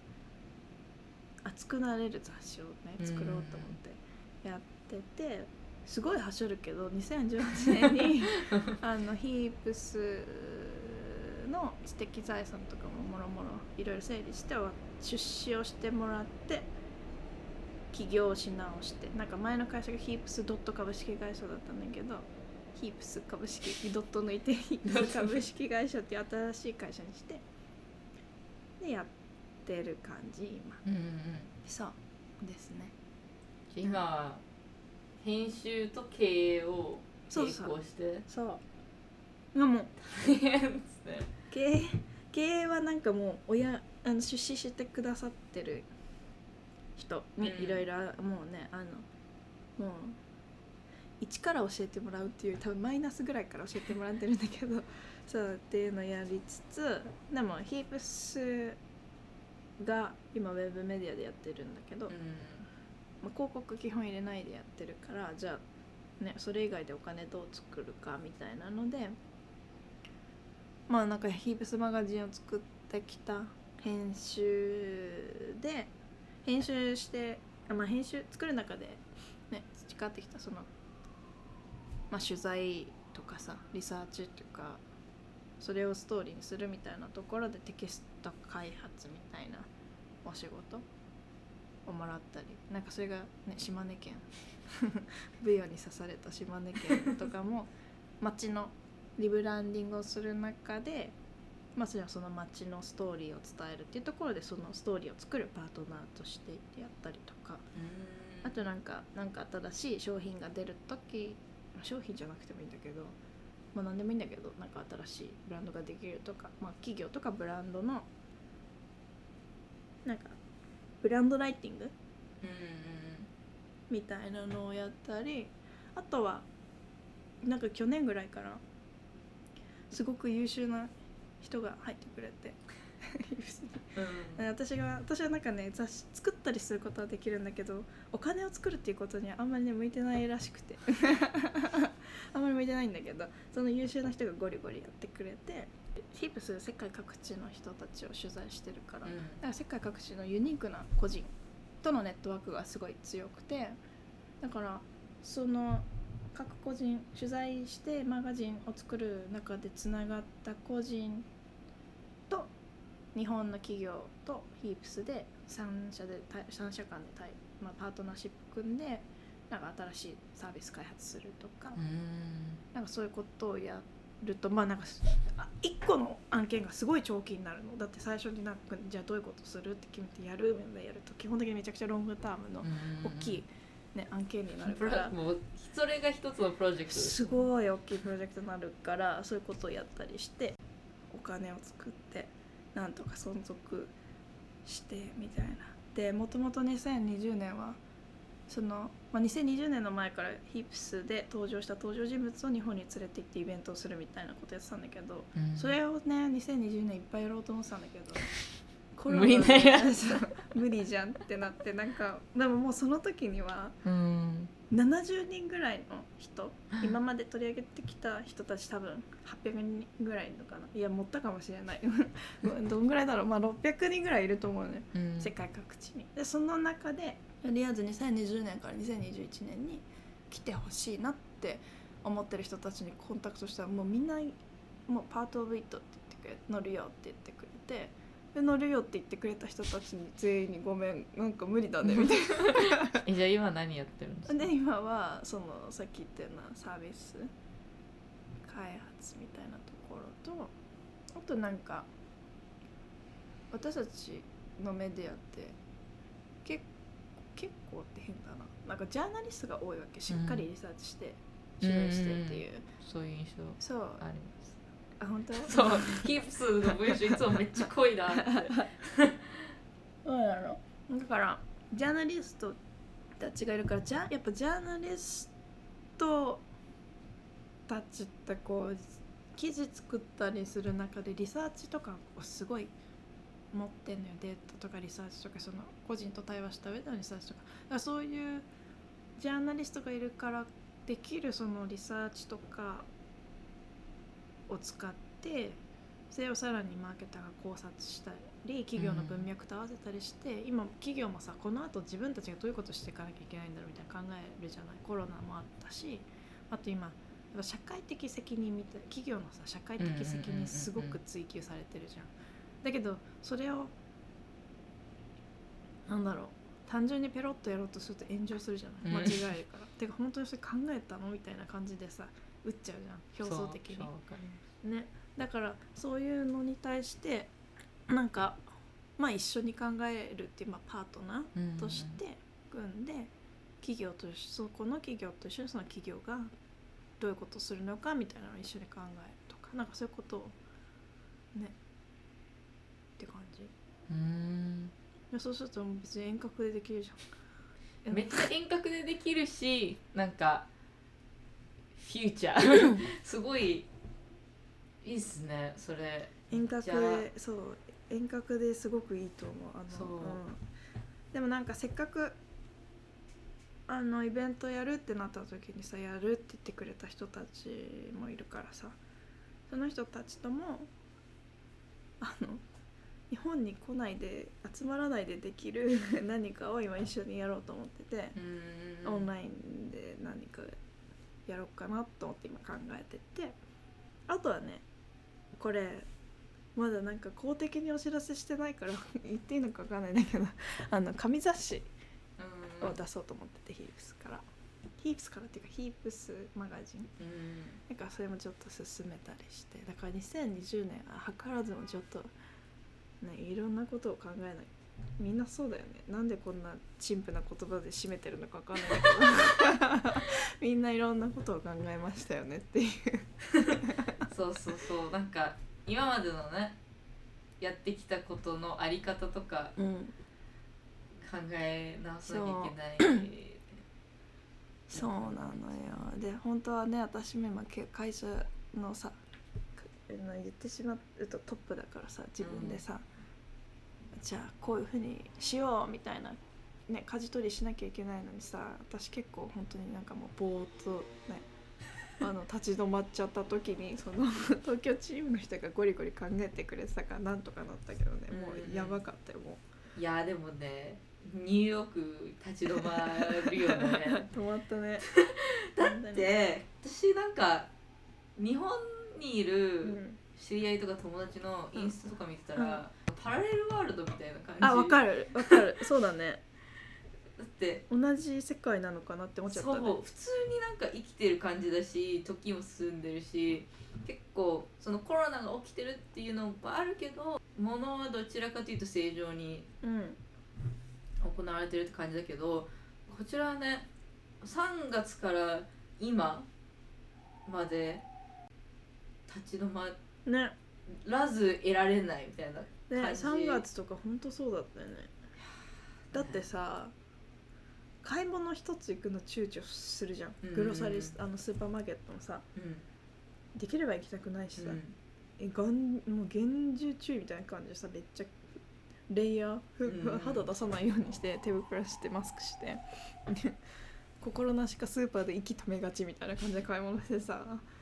熱くなれる雑誌をね作ろうと思ってやってて、すごいはしょるけどにせんじゅうはちねんにあのヒープスの知的財産とかももろもろいろいろ整理して出資をしてもらって起業し直して、なんか前の会社がヒープスドット株式会社だったんだけど、ヒープス株式ドット抜いてヒープス株式会社っていう新しい会社にしてでやってる感じ今、 うんうん、 そうですね。 今は編集と経営を並行して、 そう今もう大変ですね。 経営経営はなんかもう親あの出資してくださってる人にいろいろもうね、あのもう一から教えてもらうっていう多分マイナスぐらいから教えてもらってるんだけどそうっていうのをやりつつ、でもヒープスが今ウェブメディアでやってるんだけど、うんまあ、広告基本入れないでやってるから、じゃあねそれ以外でお金どう作るかみたいなので、まあなんかヒープスマガジンを作ってきた編集で編集してまあ編集作る中でね培ってきたそのまあ取材とかさリサーチとかそれをストーリーにするみたいなところでテキスト開発みたいなお仕事をもらったり、なんかそれがね島根県ブヨに刺された島根県とかも街のリブランディングをする中で、まあそれはその街のストーリーを伝えるっていうところでそのストーリーを作るパートナーとしてやったりとか、あとなんかなんか新しい商品が出るとき、商品じゃなくてもいいんだけど、まあ何でもいいんだけど、なんか新しいブランドができるとか、まあ企業とかブランドのなんかブランドライティングみたいなのをやったり、あとはなんか去年ぐらいからすごく優秀な人が入ってくれてうん、私が私はなんかね雑誌作ったりすることはできるんだけど、お金を作るっていうことにはあんまりね向いてないらしくてあんまり向いてないんだけど、その優秀な人がゴリゴリやってくれて、ヒープス世界各地の人たちを取材してるから、うん、だから世界各地のユニークな個人とのネットワークがすごい強くて、だからその各個人取材してマガジンを作る中でつながった個人と日本の企業とヒープスで三社で三社間で、まあ、パートナーシップ組んでなんか新しいサービス開発するとか、うんなんかそういうことをやると、まあなんかいっこの案件がすごい長期になるのだって、最初になんかじゃあどういうことするって決めてやるやると基本的にめちゃくちゃロングタームの大きい、ね、案件になるから、 もうそれが一つのプロジェクトです、 すごい大きいプロジェクトになるから、そういうことをやったりしてお金を作ってなんとか存続してみたいな。でもともとにせんにじゅうねんはその、まあ、にせんにじゅうねんの前からヒープスで登場した登場人物を日本に連れて行ってイベントをするみたいなことやってたんだけど、うん、それをねにせんにじゅうねんいっぱいやろうと思ってたんだけどコロナで無理なやつ無理じゃんってなって、なんかでももうその時にはななじゅうにんぐらいの人、今まで取り上げてきた人たち多分はっぴゃくにんぐらいいるのかな、いや持ったかもしれないどんぐらいだろう、まあろっぴゃくにんぐらいいると思うね、うん、世界各地に。でその中でとりあえずにせんにじゅうねんからにせんにじゅういちねんに来てほしいなって思ってる人たちにコンタクトしたら、もうみんなもうパートオブイットって言ってくれ、乗るよって言ってくれて、で乗るよって言ってくれた人たちに全員にごめんなんか無理だねみたいなえじゃあ今何やってるんですか？ で今はそのさっき言ったようなサービス開発みたいなところと、あとなんか私たちのメディアって結構結構って変だな、なんかジャーナリストが多いわけ、しっかりリサーチして取材してっていう、うん、 そういう印象そうあります。 あ本当？ そうヒープスの文章いつもめっちゃ濃いなってそうなの。だからジャーナリストたちがいるから、じゃやっぱジャーナリストたちってこう記事作ったりする中でリサーチとかをすごい持ってんのよ、データとかリサーチとか、その個人と対話した上でのリサーチとか、だからそういうジャーナリストがいるからできるそのリサーチとかを使ってそれをさらにマーケターが考察したり企業の文脈と合わせたりして、うん、今企業もさこの後自分たちがどういうことしていかなきゃいけないんだろうみたいな考えるじゃない。コロナもあったし、あと今社会的責任みたいな企業のさ社会的責任すごく追求されてるじゃん。だけどそれをなんだろう単純にペロッとやろうとすると炎上するじゃない。間違えるから、うん、てか本当にそれ考えたのみたいな感じでさ打っちゃうじゃん表層的にね。だからそういうのに対してなんかまあ一緒に考えるっていう、まあ、パートナーとして組んで、うん、企業とそこの企業と一緒にその企業がどういうことをするのかみたいなのを一緒に考えるとかなんかそういうことをねって感じ。 うーんそうすると別に遠隔でできるじゃん。めっちゃ遠隔でできるしなんかフューチャーすごいいいっすねそれ。 遠隔でそう遠隔ですごくいいと思う。あのそう、うん、 でもなんかせっかくあのイベントやるってなった時にさやるって言ってくれた人たちもいるからさその人たちともあの日本に来ないで集まらないでできる何かを今一緒にやろうと思っててオンラインで何かやろうかなと思って今考えててあとはねこれまだなんか公的にお知らせしてないから言っていいのか分かんないんだけどあの紙雑誌を出そうと思っててヒープスからヒープスからっていうかヒープスマガジンだからそれもちょっと進めたりしてだからにせんにじゅうねんは図らずもちょっとねいろんなことを考えないみんなそうだよねなんでこんな陳腐な言葉で締めてるのか分かんないけどみんないろんなことを考えましたよねっていうそうそうそうなんか今までのねやってきたことのあり方とか考え直さなきゃいけない、うん、 そうなのよ。で本当はね私も今会社のさ言ってしまうとトップだからさ自分でさ、うん、じゃあこういう風にしようみたいなね舵取りしなきゃいけないのにさ私結構本当になんかもうぼーっとねあの立ち止まっちゃった時にその東京チームの人がゴリゴリ考えてくれてたからなんとかなったけどねもうやばかったよもう。いやでもねニューヨーク立ち止まるよね止まったねだって私なんか日本にいる知り合いとか友達のインスタとか見てたら、うん、パラレルワールドみたいな感じ。 あ分かる分かるそうだねだって同じ世界なのかなって思っちゃったね。 そう普通になんか生きてる感じだし時も進んでるし結構そのコロナが起きてるっていうのもあるけどものはどちらかというと正常に行われてるって感じだけど、こちらはねさんがつから今まで立ち止まらず得られないみたいな感じ、 ね、さんがつとかほんとそうだったよね。だってさ買い物一つ行くの躊躇するじゃん、うんうん、グロサリーあのスーパーマーケットもさ、うん、できれば行きたくないしさ、うん、えがんもう厳重注意みたいな感じでさめっちゃレイヤー、うんうん、肌出さないようにして手袋してマスクして心なしかスーパーで息止めがちみたいな感じで買い物してさ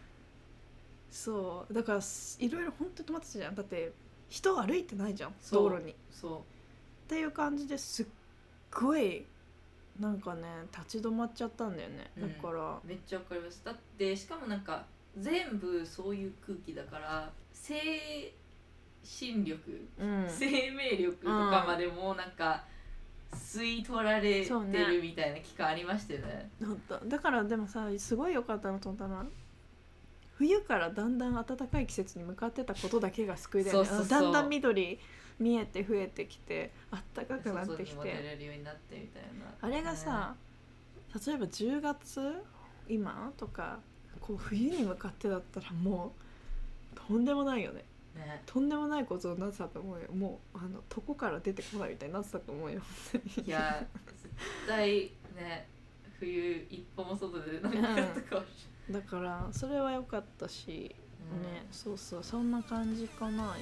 そうだからいろいろ本当に止まってたじゃん。だって人歩いてないじゃん道路にそうっていう感じですっごいなんかね立ち止まっちゃったんだよね、だから、うん、 めっちゃわかります。だってしかもなんか全部そういう空気だから精神力、うん、生命力とかまでもなんか吸い取られてるみたいな期間ありましたよね。 本当だからでもさすごい良かったのと思ったのは冬からだんだん暖かい季節に向かってたことだけが救いだよね。そうそうそうだんだん緑見えて増えてきて暖かくなってきて、 外にも出れるようになってみたいな。 あれがさ、ね、例えばじゅうがつ今とかこう冬に向かってだったらもうとんでもないよね。ねとんでもないことになってたと思うよ。もうあの床から出てこないみたいになってたと思うよ。 いや絶対ね冬一歩も外でなかったかもしれない、 うん、だからそれは良かったし、うん、ねそうそうそんな感じかな今。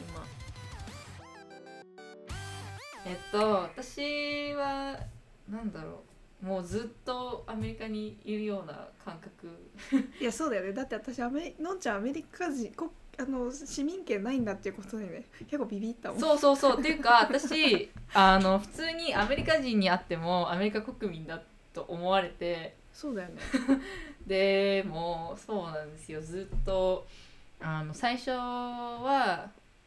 えっと私はなんだろうもうずっとアメリカにいるような感覚いやそうだよね。だって私アメのんちゃんアメリカ人あの市民権ないんだっていうことでね結構ビビったもん。 そうそうそうっていうか私あの普通にアメリカ人に会ってもアメリカ国民だと思われてそうだよねでもそうなんですよずっとあの最初は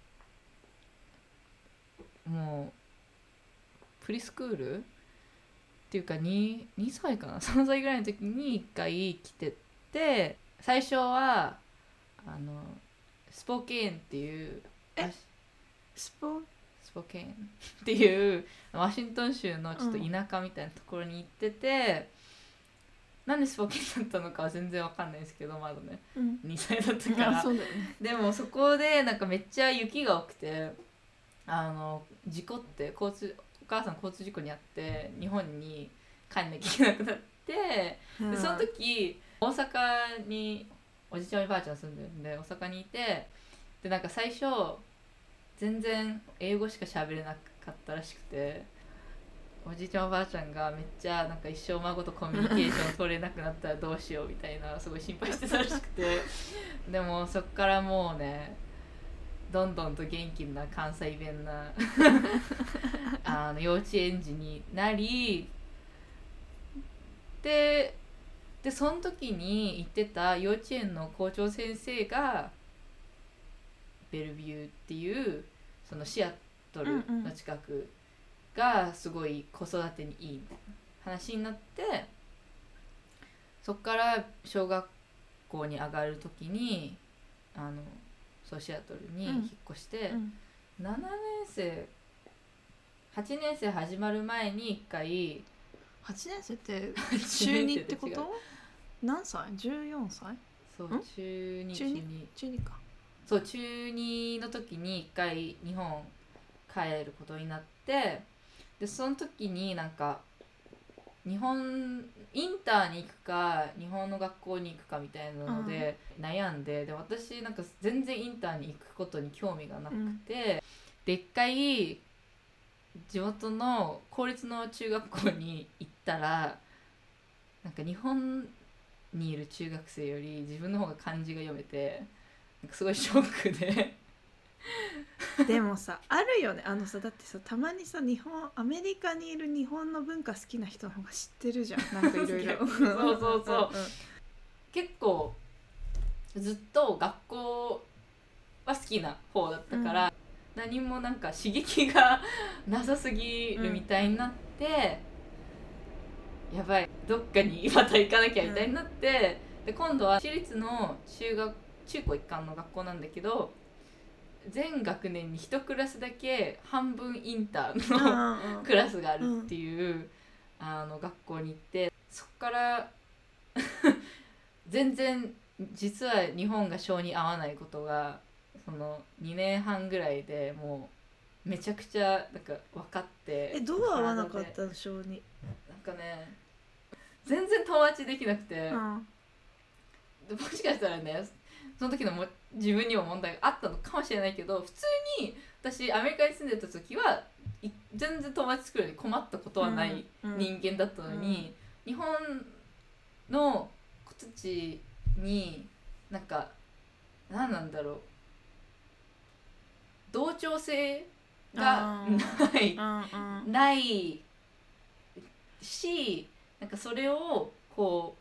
もうプリスクールっていうか 2, 2歳かなさんさいぐらいの時にいっかい来てて最初はあのスポケーンっていうえスポスポケーンっていうワシントン州のちょっと田舎みたいなところに行ってて、うん、なんでスポケーンだったのかは全然わかんないですけどまだね、うん、にさいだったから、 そうだよね、 でもそこでなんかめっちゃ雪が多くてあの事故って交通お母さん交通事故に遭って日本に帰んなきゃいけなくなって、うん、でその時大阪におじちゃんおばあちゃん住んでるんで大阪にいてでなんか最初全然英語しか喋れなかったらしくておじいちゃんおばあちゃんがめっちゃなんか一生孫とコミュニケーション取れなくなったらどうしようみたいなすごい心配してたらしくてでもそっからもうねどんどんと元気な関西弁なあの幼稚園児になりででその時に行ってた幼稚園の校長先生がベルビューっていうそのシアトルの近くがすごい子育てにいいみたいな話になってそっから小学校に上がる時にあのそうシアトルに引っ越して、うん、ななねん生はちねん生始まる前にいっかいはちねん生って中にってこと何歳 ?じゅうよん 歳そう中に中に中にかそう中にの時にいっかい日本帰ることになってでその時になんか日本インターに行くか日本の学校に行くかみたいなので悩んで、で私なんか全然インターに行くことに興味がなくて、うん、で一回地元の公立の中学校に行ったらなんか日本にいる中学生より自分の方が漢字が読めてなんかすごいショックででもさあるよねあのさだってさたまにさ日本アメリカにいる日本の文化好きな人の方が知ってるじゃんなんかいろいろそうそうそう、うん、結構ずっと学校は好きな方だったから、うん、何もなんか刺激がなさすぎるみたいになって、うん、やばいどっかにまた行かなきゃみたいになって、うん、で今度は私立の中学中高一貫の学校なんだけど全学年に一クラスだけ半分インターのクラスがあるっていう、うん、あの学校に行ってそっから全然実は日本が性に合わないことがそのにねんはんぐらいでもうめちゃくちゃなんか分かってえどう合わなかったの性になんかね全然友達できなくて、うん、でもしかしたらねその時のも自分にも問題があったのかもしれないけど普通に私アメリカに住んでた時は全然友達作るのに困ったことはない人間だったのに、うんうん、日本の子たちになんか何なんだろう同調性がない、うんうん、ないしなんかそれをこう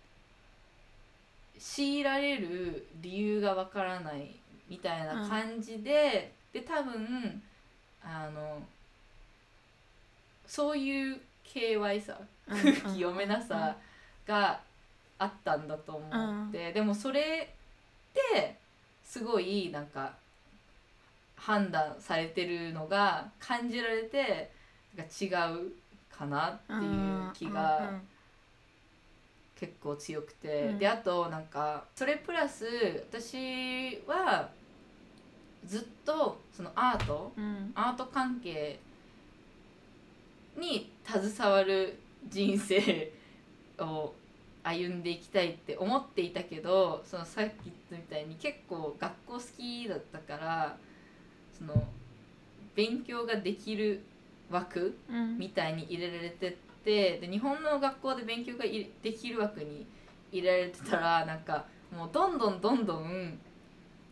強いられる理由がわからないみたいな感じで、うん、で多分あのそういう ケーワイ さ、うん、空気読めなさがあったんだと思って、うん、でもそれってすごいなんか判断されてるのが感じられてなんか違うかなっていう気が、うんうんうん結構強くて、うん、であとなんかそれプラス私はずっとそのアート、うん、アート関係に携わる人生を歩んでいきたいって思っていたけどそのさっき言ったみたいに結構学校好きだったからその勉強ができる枠みたいに入れられててで日本の学校で勉強ができる枠に入れられてたらなんかもうどんどんどんどん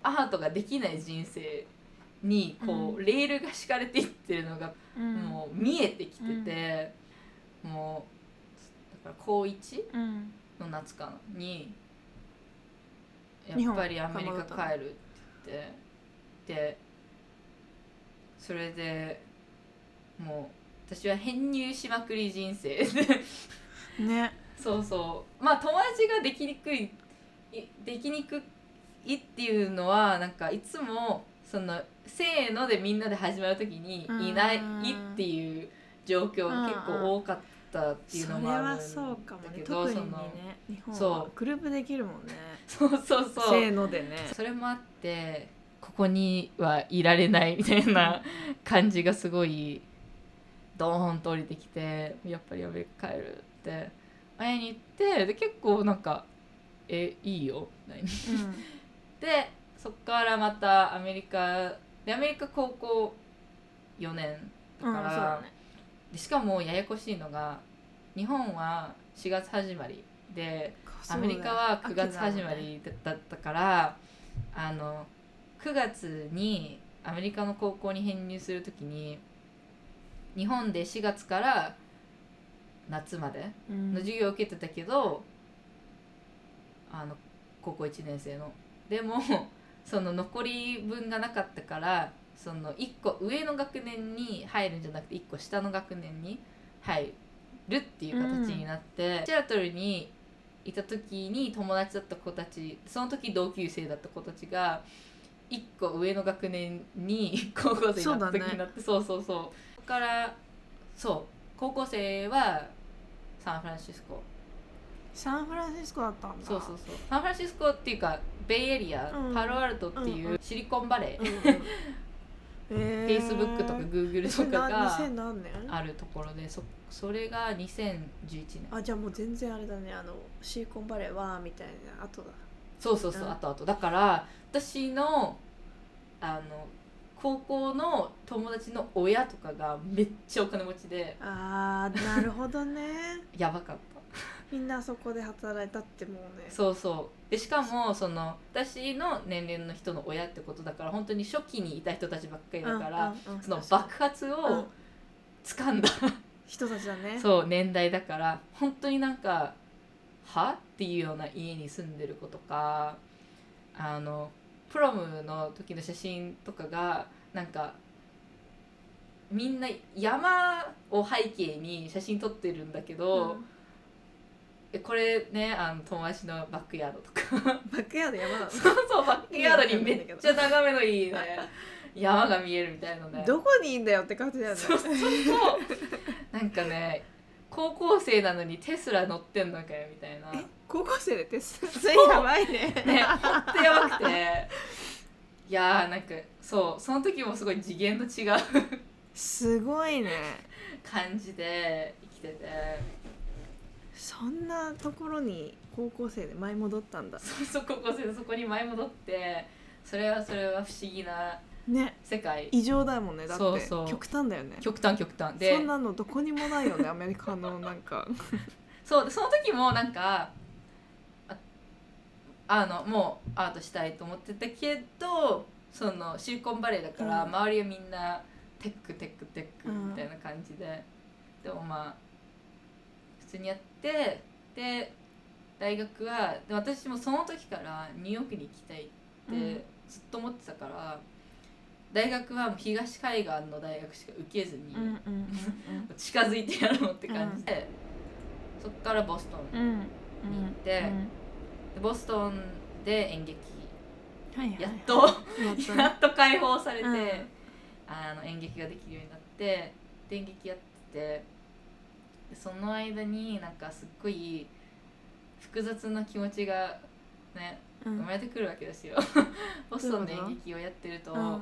アートができない人生にこう、うん、レールが敷かれていってるのがもう見えてきてて、うん、もうだから高いちの夏かなにやっぱりアメリカ帰るって言ってでそれでもう私は編入しまくり人生でねそうそうまあ友達ができにくいできにくいっていうのはなんかいつもそのせーのでみんなで始まる時にいないっていう状況が結構多かったっていうのもあるんだけど、 それはそうかもね、特にね日本はグループできるもんね。 そうそうそうせーのでね。 それもあってここにはいられないみたいな感じがすごいドーンと降りてきてやっぱりアメリカ帰るって会いに行ってで結構なんかえいいよみたいに、うん、でそっからまたアメリカでアメリカ高校よねんだから、うんね、でしかもややこしいのが日本はしがつ始まりでアメリカはくがつ始まりだったから、あのくがつにアメリカの高校に編入するときに日本でしがつから夏までの授業を受けてたけど、うん、あの高校いちねん生のでもその残り分がなかったからそのいっこ上の学年に入るんじゃなくていっこ下の学年に入るっていう形になって、うん、シアトルにいた時に友達だった子たちその時同級生だった子たちがいっこ上の学年に高校生になった時になってそう、ね、そうそうそうそこからそう高校生はサンフランシスコサンフランシスコだったんだ。 そうそうそうサンフランシスコっていうかベイエリア、うん、パロアルトっていうシリコンバレー、うんうんえー、Facebook とか Google とかがあるところで そ, それがにせんじゅういちねん。 あじゃあもう全然あれだねあのシリコンバレーはみたいな後だ。 そうそうそう、うん、後々だから私のあの高校の友達の親とかがめっちゃお金持ちであーなるほどねやばかったみんなそこで働いたってもうねそうそうでしかもその私の年齢の人の親ってことだから本当に初期にいた人たちばっかりだから、うんうんうん、その爆発を掴んだ、うん、 人たちだねそう年代だから本当になんかはっていうような家に住んでる子とかあのプロムの時の写真とかがなんかみんな山を背景に写真撮ってるんだけど、うん、これねあの友達のバックヤードとかバックヤード山なのそうそうバックヤードにめっちゃ眺めのいいね山が見えるみたいなねどこにいいんだよって感じだよねそうそうそうなんかね高校生なのにテスラ乗ってんのかよみたいなえ高校生でテスラやばいねねほんとやばくていやーなんかそうその時もすごい次元の違うすごいね感じで生きててそんなところに高校生で舞い戻ったんだそうそう高校生でそこに舞い戻ってそれはそれは不思議な世界、 ね、異常だもんねだってそうそう極端だよね極端極端でそんなのどこにもないよねアメリカのなんかそうその時もなんかああのもうアートしたいと思ってたけどそのシリコンバレーだから、うん、周りはみんなテックテックテックみたいな感じで、うん、でもまあ普通にやってで大学はで私もその時からニューヨークに行きたいってずっと思ってたから、うん、大学は東海岸の大学しか受けずに、うんうんうんうん、近づいてやろうって感じで、うん、そっからボストンに行って、うんうんうん、でボストンで演劇、はいはいはい、やっとやっと、ね、やっと解放されて、うん、あの演劇ができるようになってで演劇やっててでその間になんかすっごい複雑な気持ちがね生まれてくるわけですよボストンで演劇をやってると、うん、あの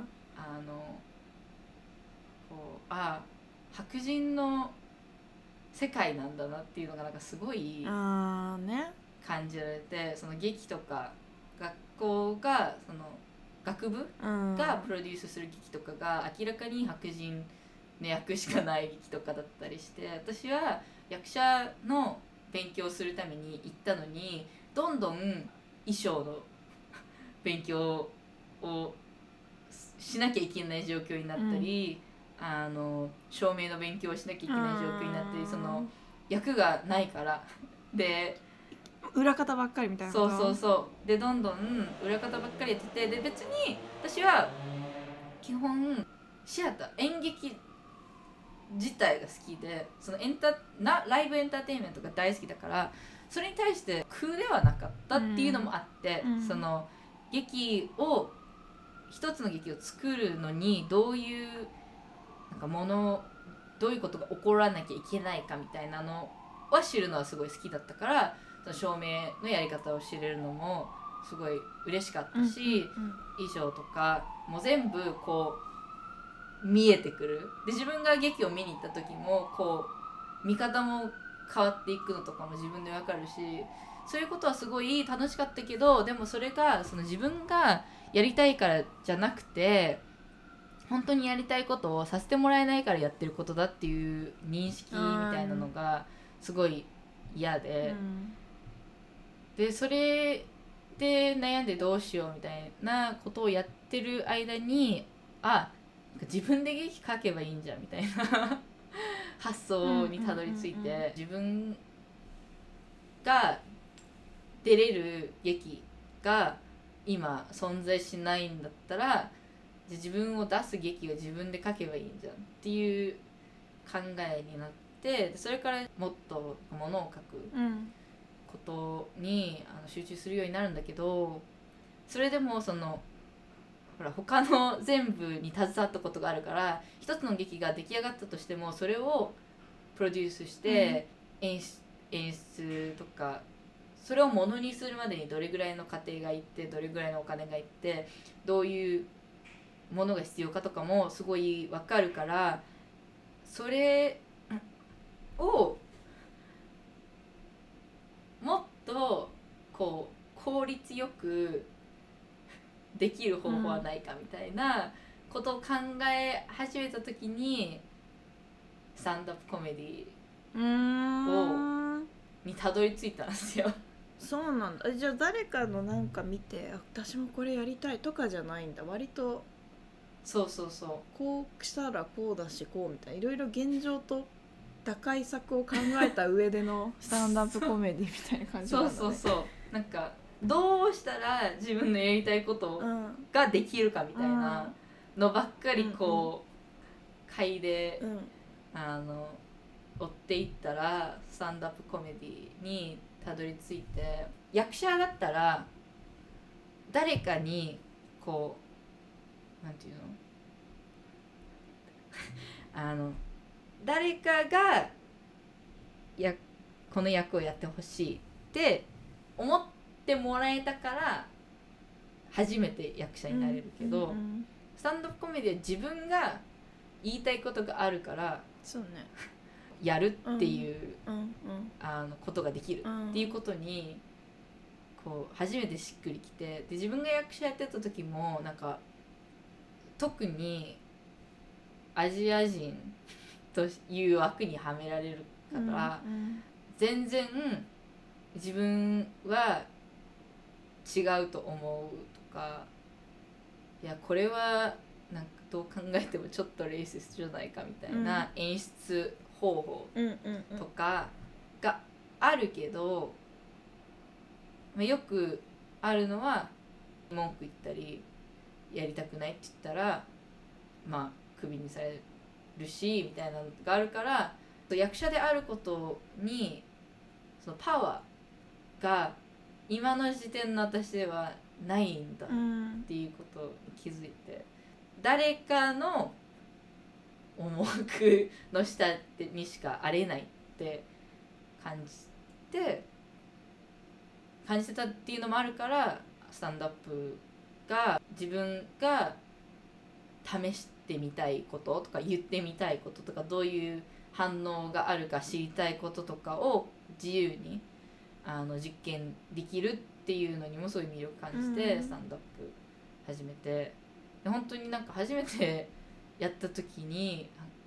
こうあ白人の世界なんだなっていうのがなんかすごい感じられて、その劇とか学校がその学部がプロデュースする劇とかが明らかに白人の役しかない劇とかだったりして私は役者の勉強するために行ったのにどんどん衣装の勉強をしなきゃいけない状況になったり、うん、あの照明の勉強をしなきゃいけない状況になったり、その役がないからで裏方ばっかりみたいなそうそうそうでどんどん裏方ばっかりやってて、で別に私は基本シアター演劇自体が好きで、そのエンタなライブエンターテインメントが大好きだから、それに対して苦ではなかったっていうのもあって、うん、その劇を一つの劇を作るのにどういうなんかものどういうことが起こらなきゃいけないかみたいなのは知るのはすごい好きだったから、その照明のやり方を知れるのもすごい嬉しかったし、うんうんうん、衣装とかもう全部こう見えてくる。で自分が劇を見に行った時もこう見方も変わっていくのとかも自分で分かるし、そういうことはすごい楽しかったけど、でもそれがその自分がやりたいからじゃなくて本当にやりたいことをさせてもらえないからやってることだっていう認識みたいなのがすごい嫌で、うん、でそれで悩んでどうしようみたいなことをやってる間に、あ、自分で劇書けばいいんじゃんみたいな発想にたどり着いて、うんうんうんうん、自分が出れる劇が今存在しないんだったら、自分を出す劇を自分で書けばいいんじゃんっていう考えになって、それからもっとものを書くことにあの集中するようになるんだけど、それでもそのほら他の全部に携わったことがあるから、一つの劇が出来上がったとしてもそれをプロデュースして演出、うん、演出とかそれをものにするまでにどれぐらいの過程がいってどれぐらいのお金がいってどういうものが必要かとかもすごい分かるから、それをもっとこう効率よくできる方法はないかみたいなことを考え始めた時にスタンドアップコメディをにたどり着いたんですよ。 そうなんだ。じゃあ誰かのなんか見て私もこれやりたいとかじゃないんだ。割とそうそうそうこうしたらこうだしこうみたいないろいろ現状と打開策を考えた上でのスタンドアップコメディみたいな感じなんだね。 そうそうそう。なんかどうしたら自分のやりたいことができるかみたいなのばっかりこう嗅いで、うんうん、あの追っていったらスタンドアップコメディにたどり着いて、役者だったら誰かにこうなんていうのあの誰かがやこの役をやってほしいって思ってもらえたから初めて役者になれるけど、うんうんうん、スタンドアップコメディは自分が言いたいことがあるからそうねやるっていう、 うんうんうん、 あのことができるっていうことにこう初めてしっくりきて、で自分が役者やってた時もなんか特にアジア人という枠にはめられるから、うんうん、全然自分は違うと思うとか、いやこれはなんかどう考えてもちょっとレイシストじゃないかみたいな演出方法とかがあるけど、まあ、よくあるのは文句言ったりやりたくないって言ったらまあクビにされるしみたいなのがあるから、役者であることにそのパワーが今の時点の私ではないんだっていうことに気づいて、誰かの思惑の下にしかあれないって感じて感じてたっていうのもあるから、スタンドアップが自分が試してみたいこととか言ってみたいこととかどういう反応があるか知りたいこととかを自由にあの実験できるっていうのにもそういう魅力感じて、うん、スタンドアップ始めて、で本当になんか初めてやった時に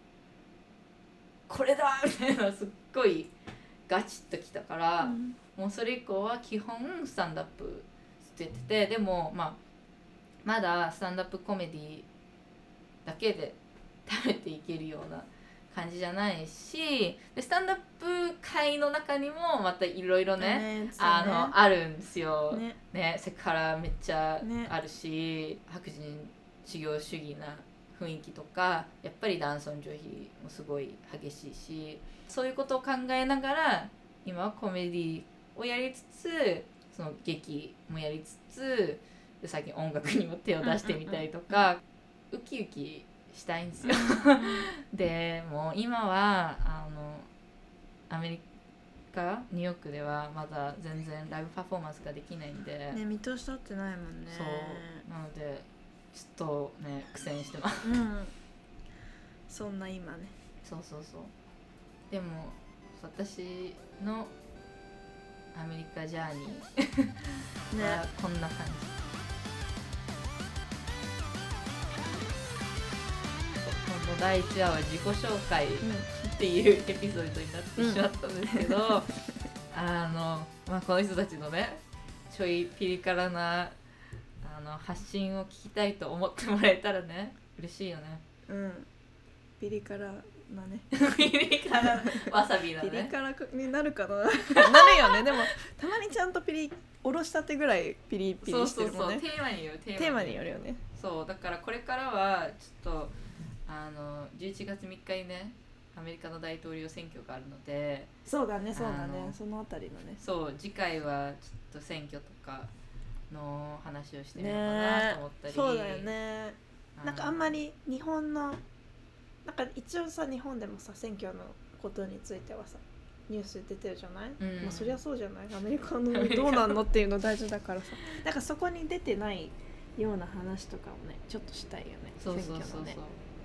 これだみたいなすっごいガチッときたから、うん、もうそれ以降は基本スタンドアップしてて、でもまあまだスタンダップコメディだけで食べていけるような感じじゃないし、でスタンダップ界の中にもまたいろいろね、あのあるんですよ、ねね、セクハラめっちゃあるし、ね、白人至上主義な雰囲気とか、やっぱり男尊女卑もすごい激しいし、そういうことを考えながら今はコメディをやりつつ、その劇もやりつつ、で最近音楽にも手を出してみたりとか、ウキウキしたいんですよでもう今はあのアメリカニューヨークではまだ全然ライブパフォーマンスができないんで、 ね、見通し立ってないもんね。 そうなのでちょっとね苦戦してます、 うん、そんな今ね。 そうそうそう。でも私のアメリカジャーニーはねこんな感じ、今度だいいちわは自己紹介っていうエピソードになってしまったんですけど、うん、あの、まあ、この人たちのねちょいピリ辛なあの発信を聞きたいと思ってもらえたらね嬉しいよね。 うん、ピリ辛なねピリ辛わさびだね。 ピリ辛になるかななるよね。でもたまにちゃんとピリおろしたてぐらいピリピリしてるもんね。 そうそうそう、テーマによるテーマによるよね。 そうだからこれからはちょっとあのじゅういちがつみっかにねアメリカの大統領選挙があるので、 そうだねそうだね、そのあたりのね。 そう次回はちょっと選挙とかの話をしてみようかなと思ったり、ね、 そうだよね。なんかあんまり日本のなんか一応さ日本でもさ選挙のことについてはさニュース出てるじゃない、うん、まあそりゃそうじゃない、アメリカのどうなんのっていうの大事だからさなんかそこに出てないような話とかをねちょっとしたいよね。 そうそうそうそう、 選挙のね。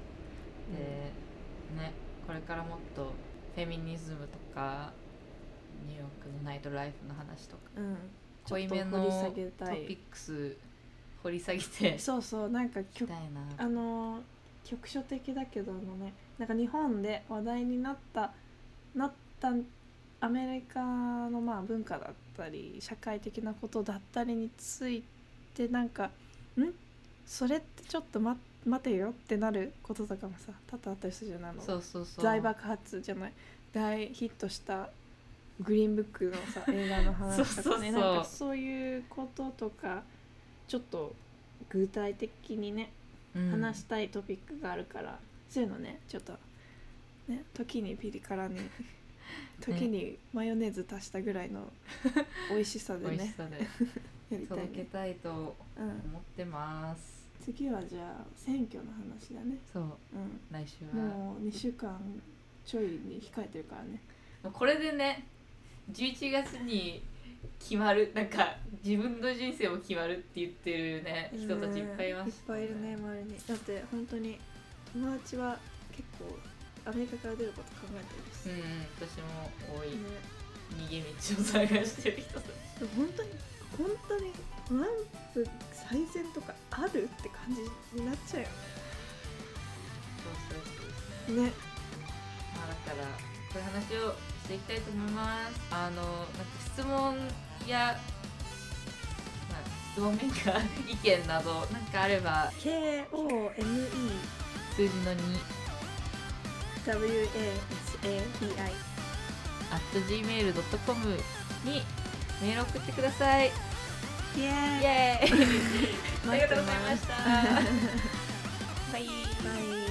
でねこれからもっとフェミニズムとかニューヨークのナイトライフの話とか、うん、濃いめのトピックス掘り下げてそうそうなんかきょあの局所的だけどのねなんか日本で話題になったなったアメリカのまあ文化だったり社会的なことだったりについてなんかんそれってちょっと待って待てよってなることとかもさ多々あったりするじゃないの。 そうそうそう、 大爆発じゃない大ヒットしたグリーンブックのさ映画の話とかねなんかそういうこととかちょっと具体的にね、うん、話したいトピックがあるからそういうのねちょっとね時にピリ辛に時にマヨネーズ足したぐらいの美味しさでね美味しさでやりたい、ね、届けたいと思ってます、 うん、次はじゃあ選挙の話だね。 そう、うん、来週はもうにしゅうかんちょいに控えてるからね。 これでねじゅういちがつに決まるなんか自分の人生も決まるって言ってるね人たちいっぱいいます、ね、 いっぱいいるね周りに。だって本当に友達は結構アメリカから出ること考えてるし、 うん、私も多い、ね、逃げ道を探してる人たち。 本当に本当にトランプ再選とかあるって感じになっちゃうよね。 そうそうそうね。まあだからこういう話をしていきたいと思います。あのなんか質問や、まあ、質問面か意見などなんかあればケーオーエムイー数字のにダブリューエーエスエービーアイアットジーメールドットコム にメール送ってください。 イエーイ、イエーイありがとうございました。バイバイ。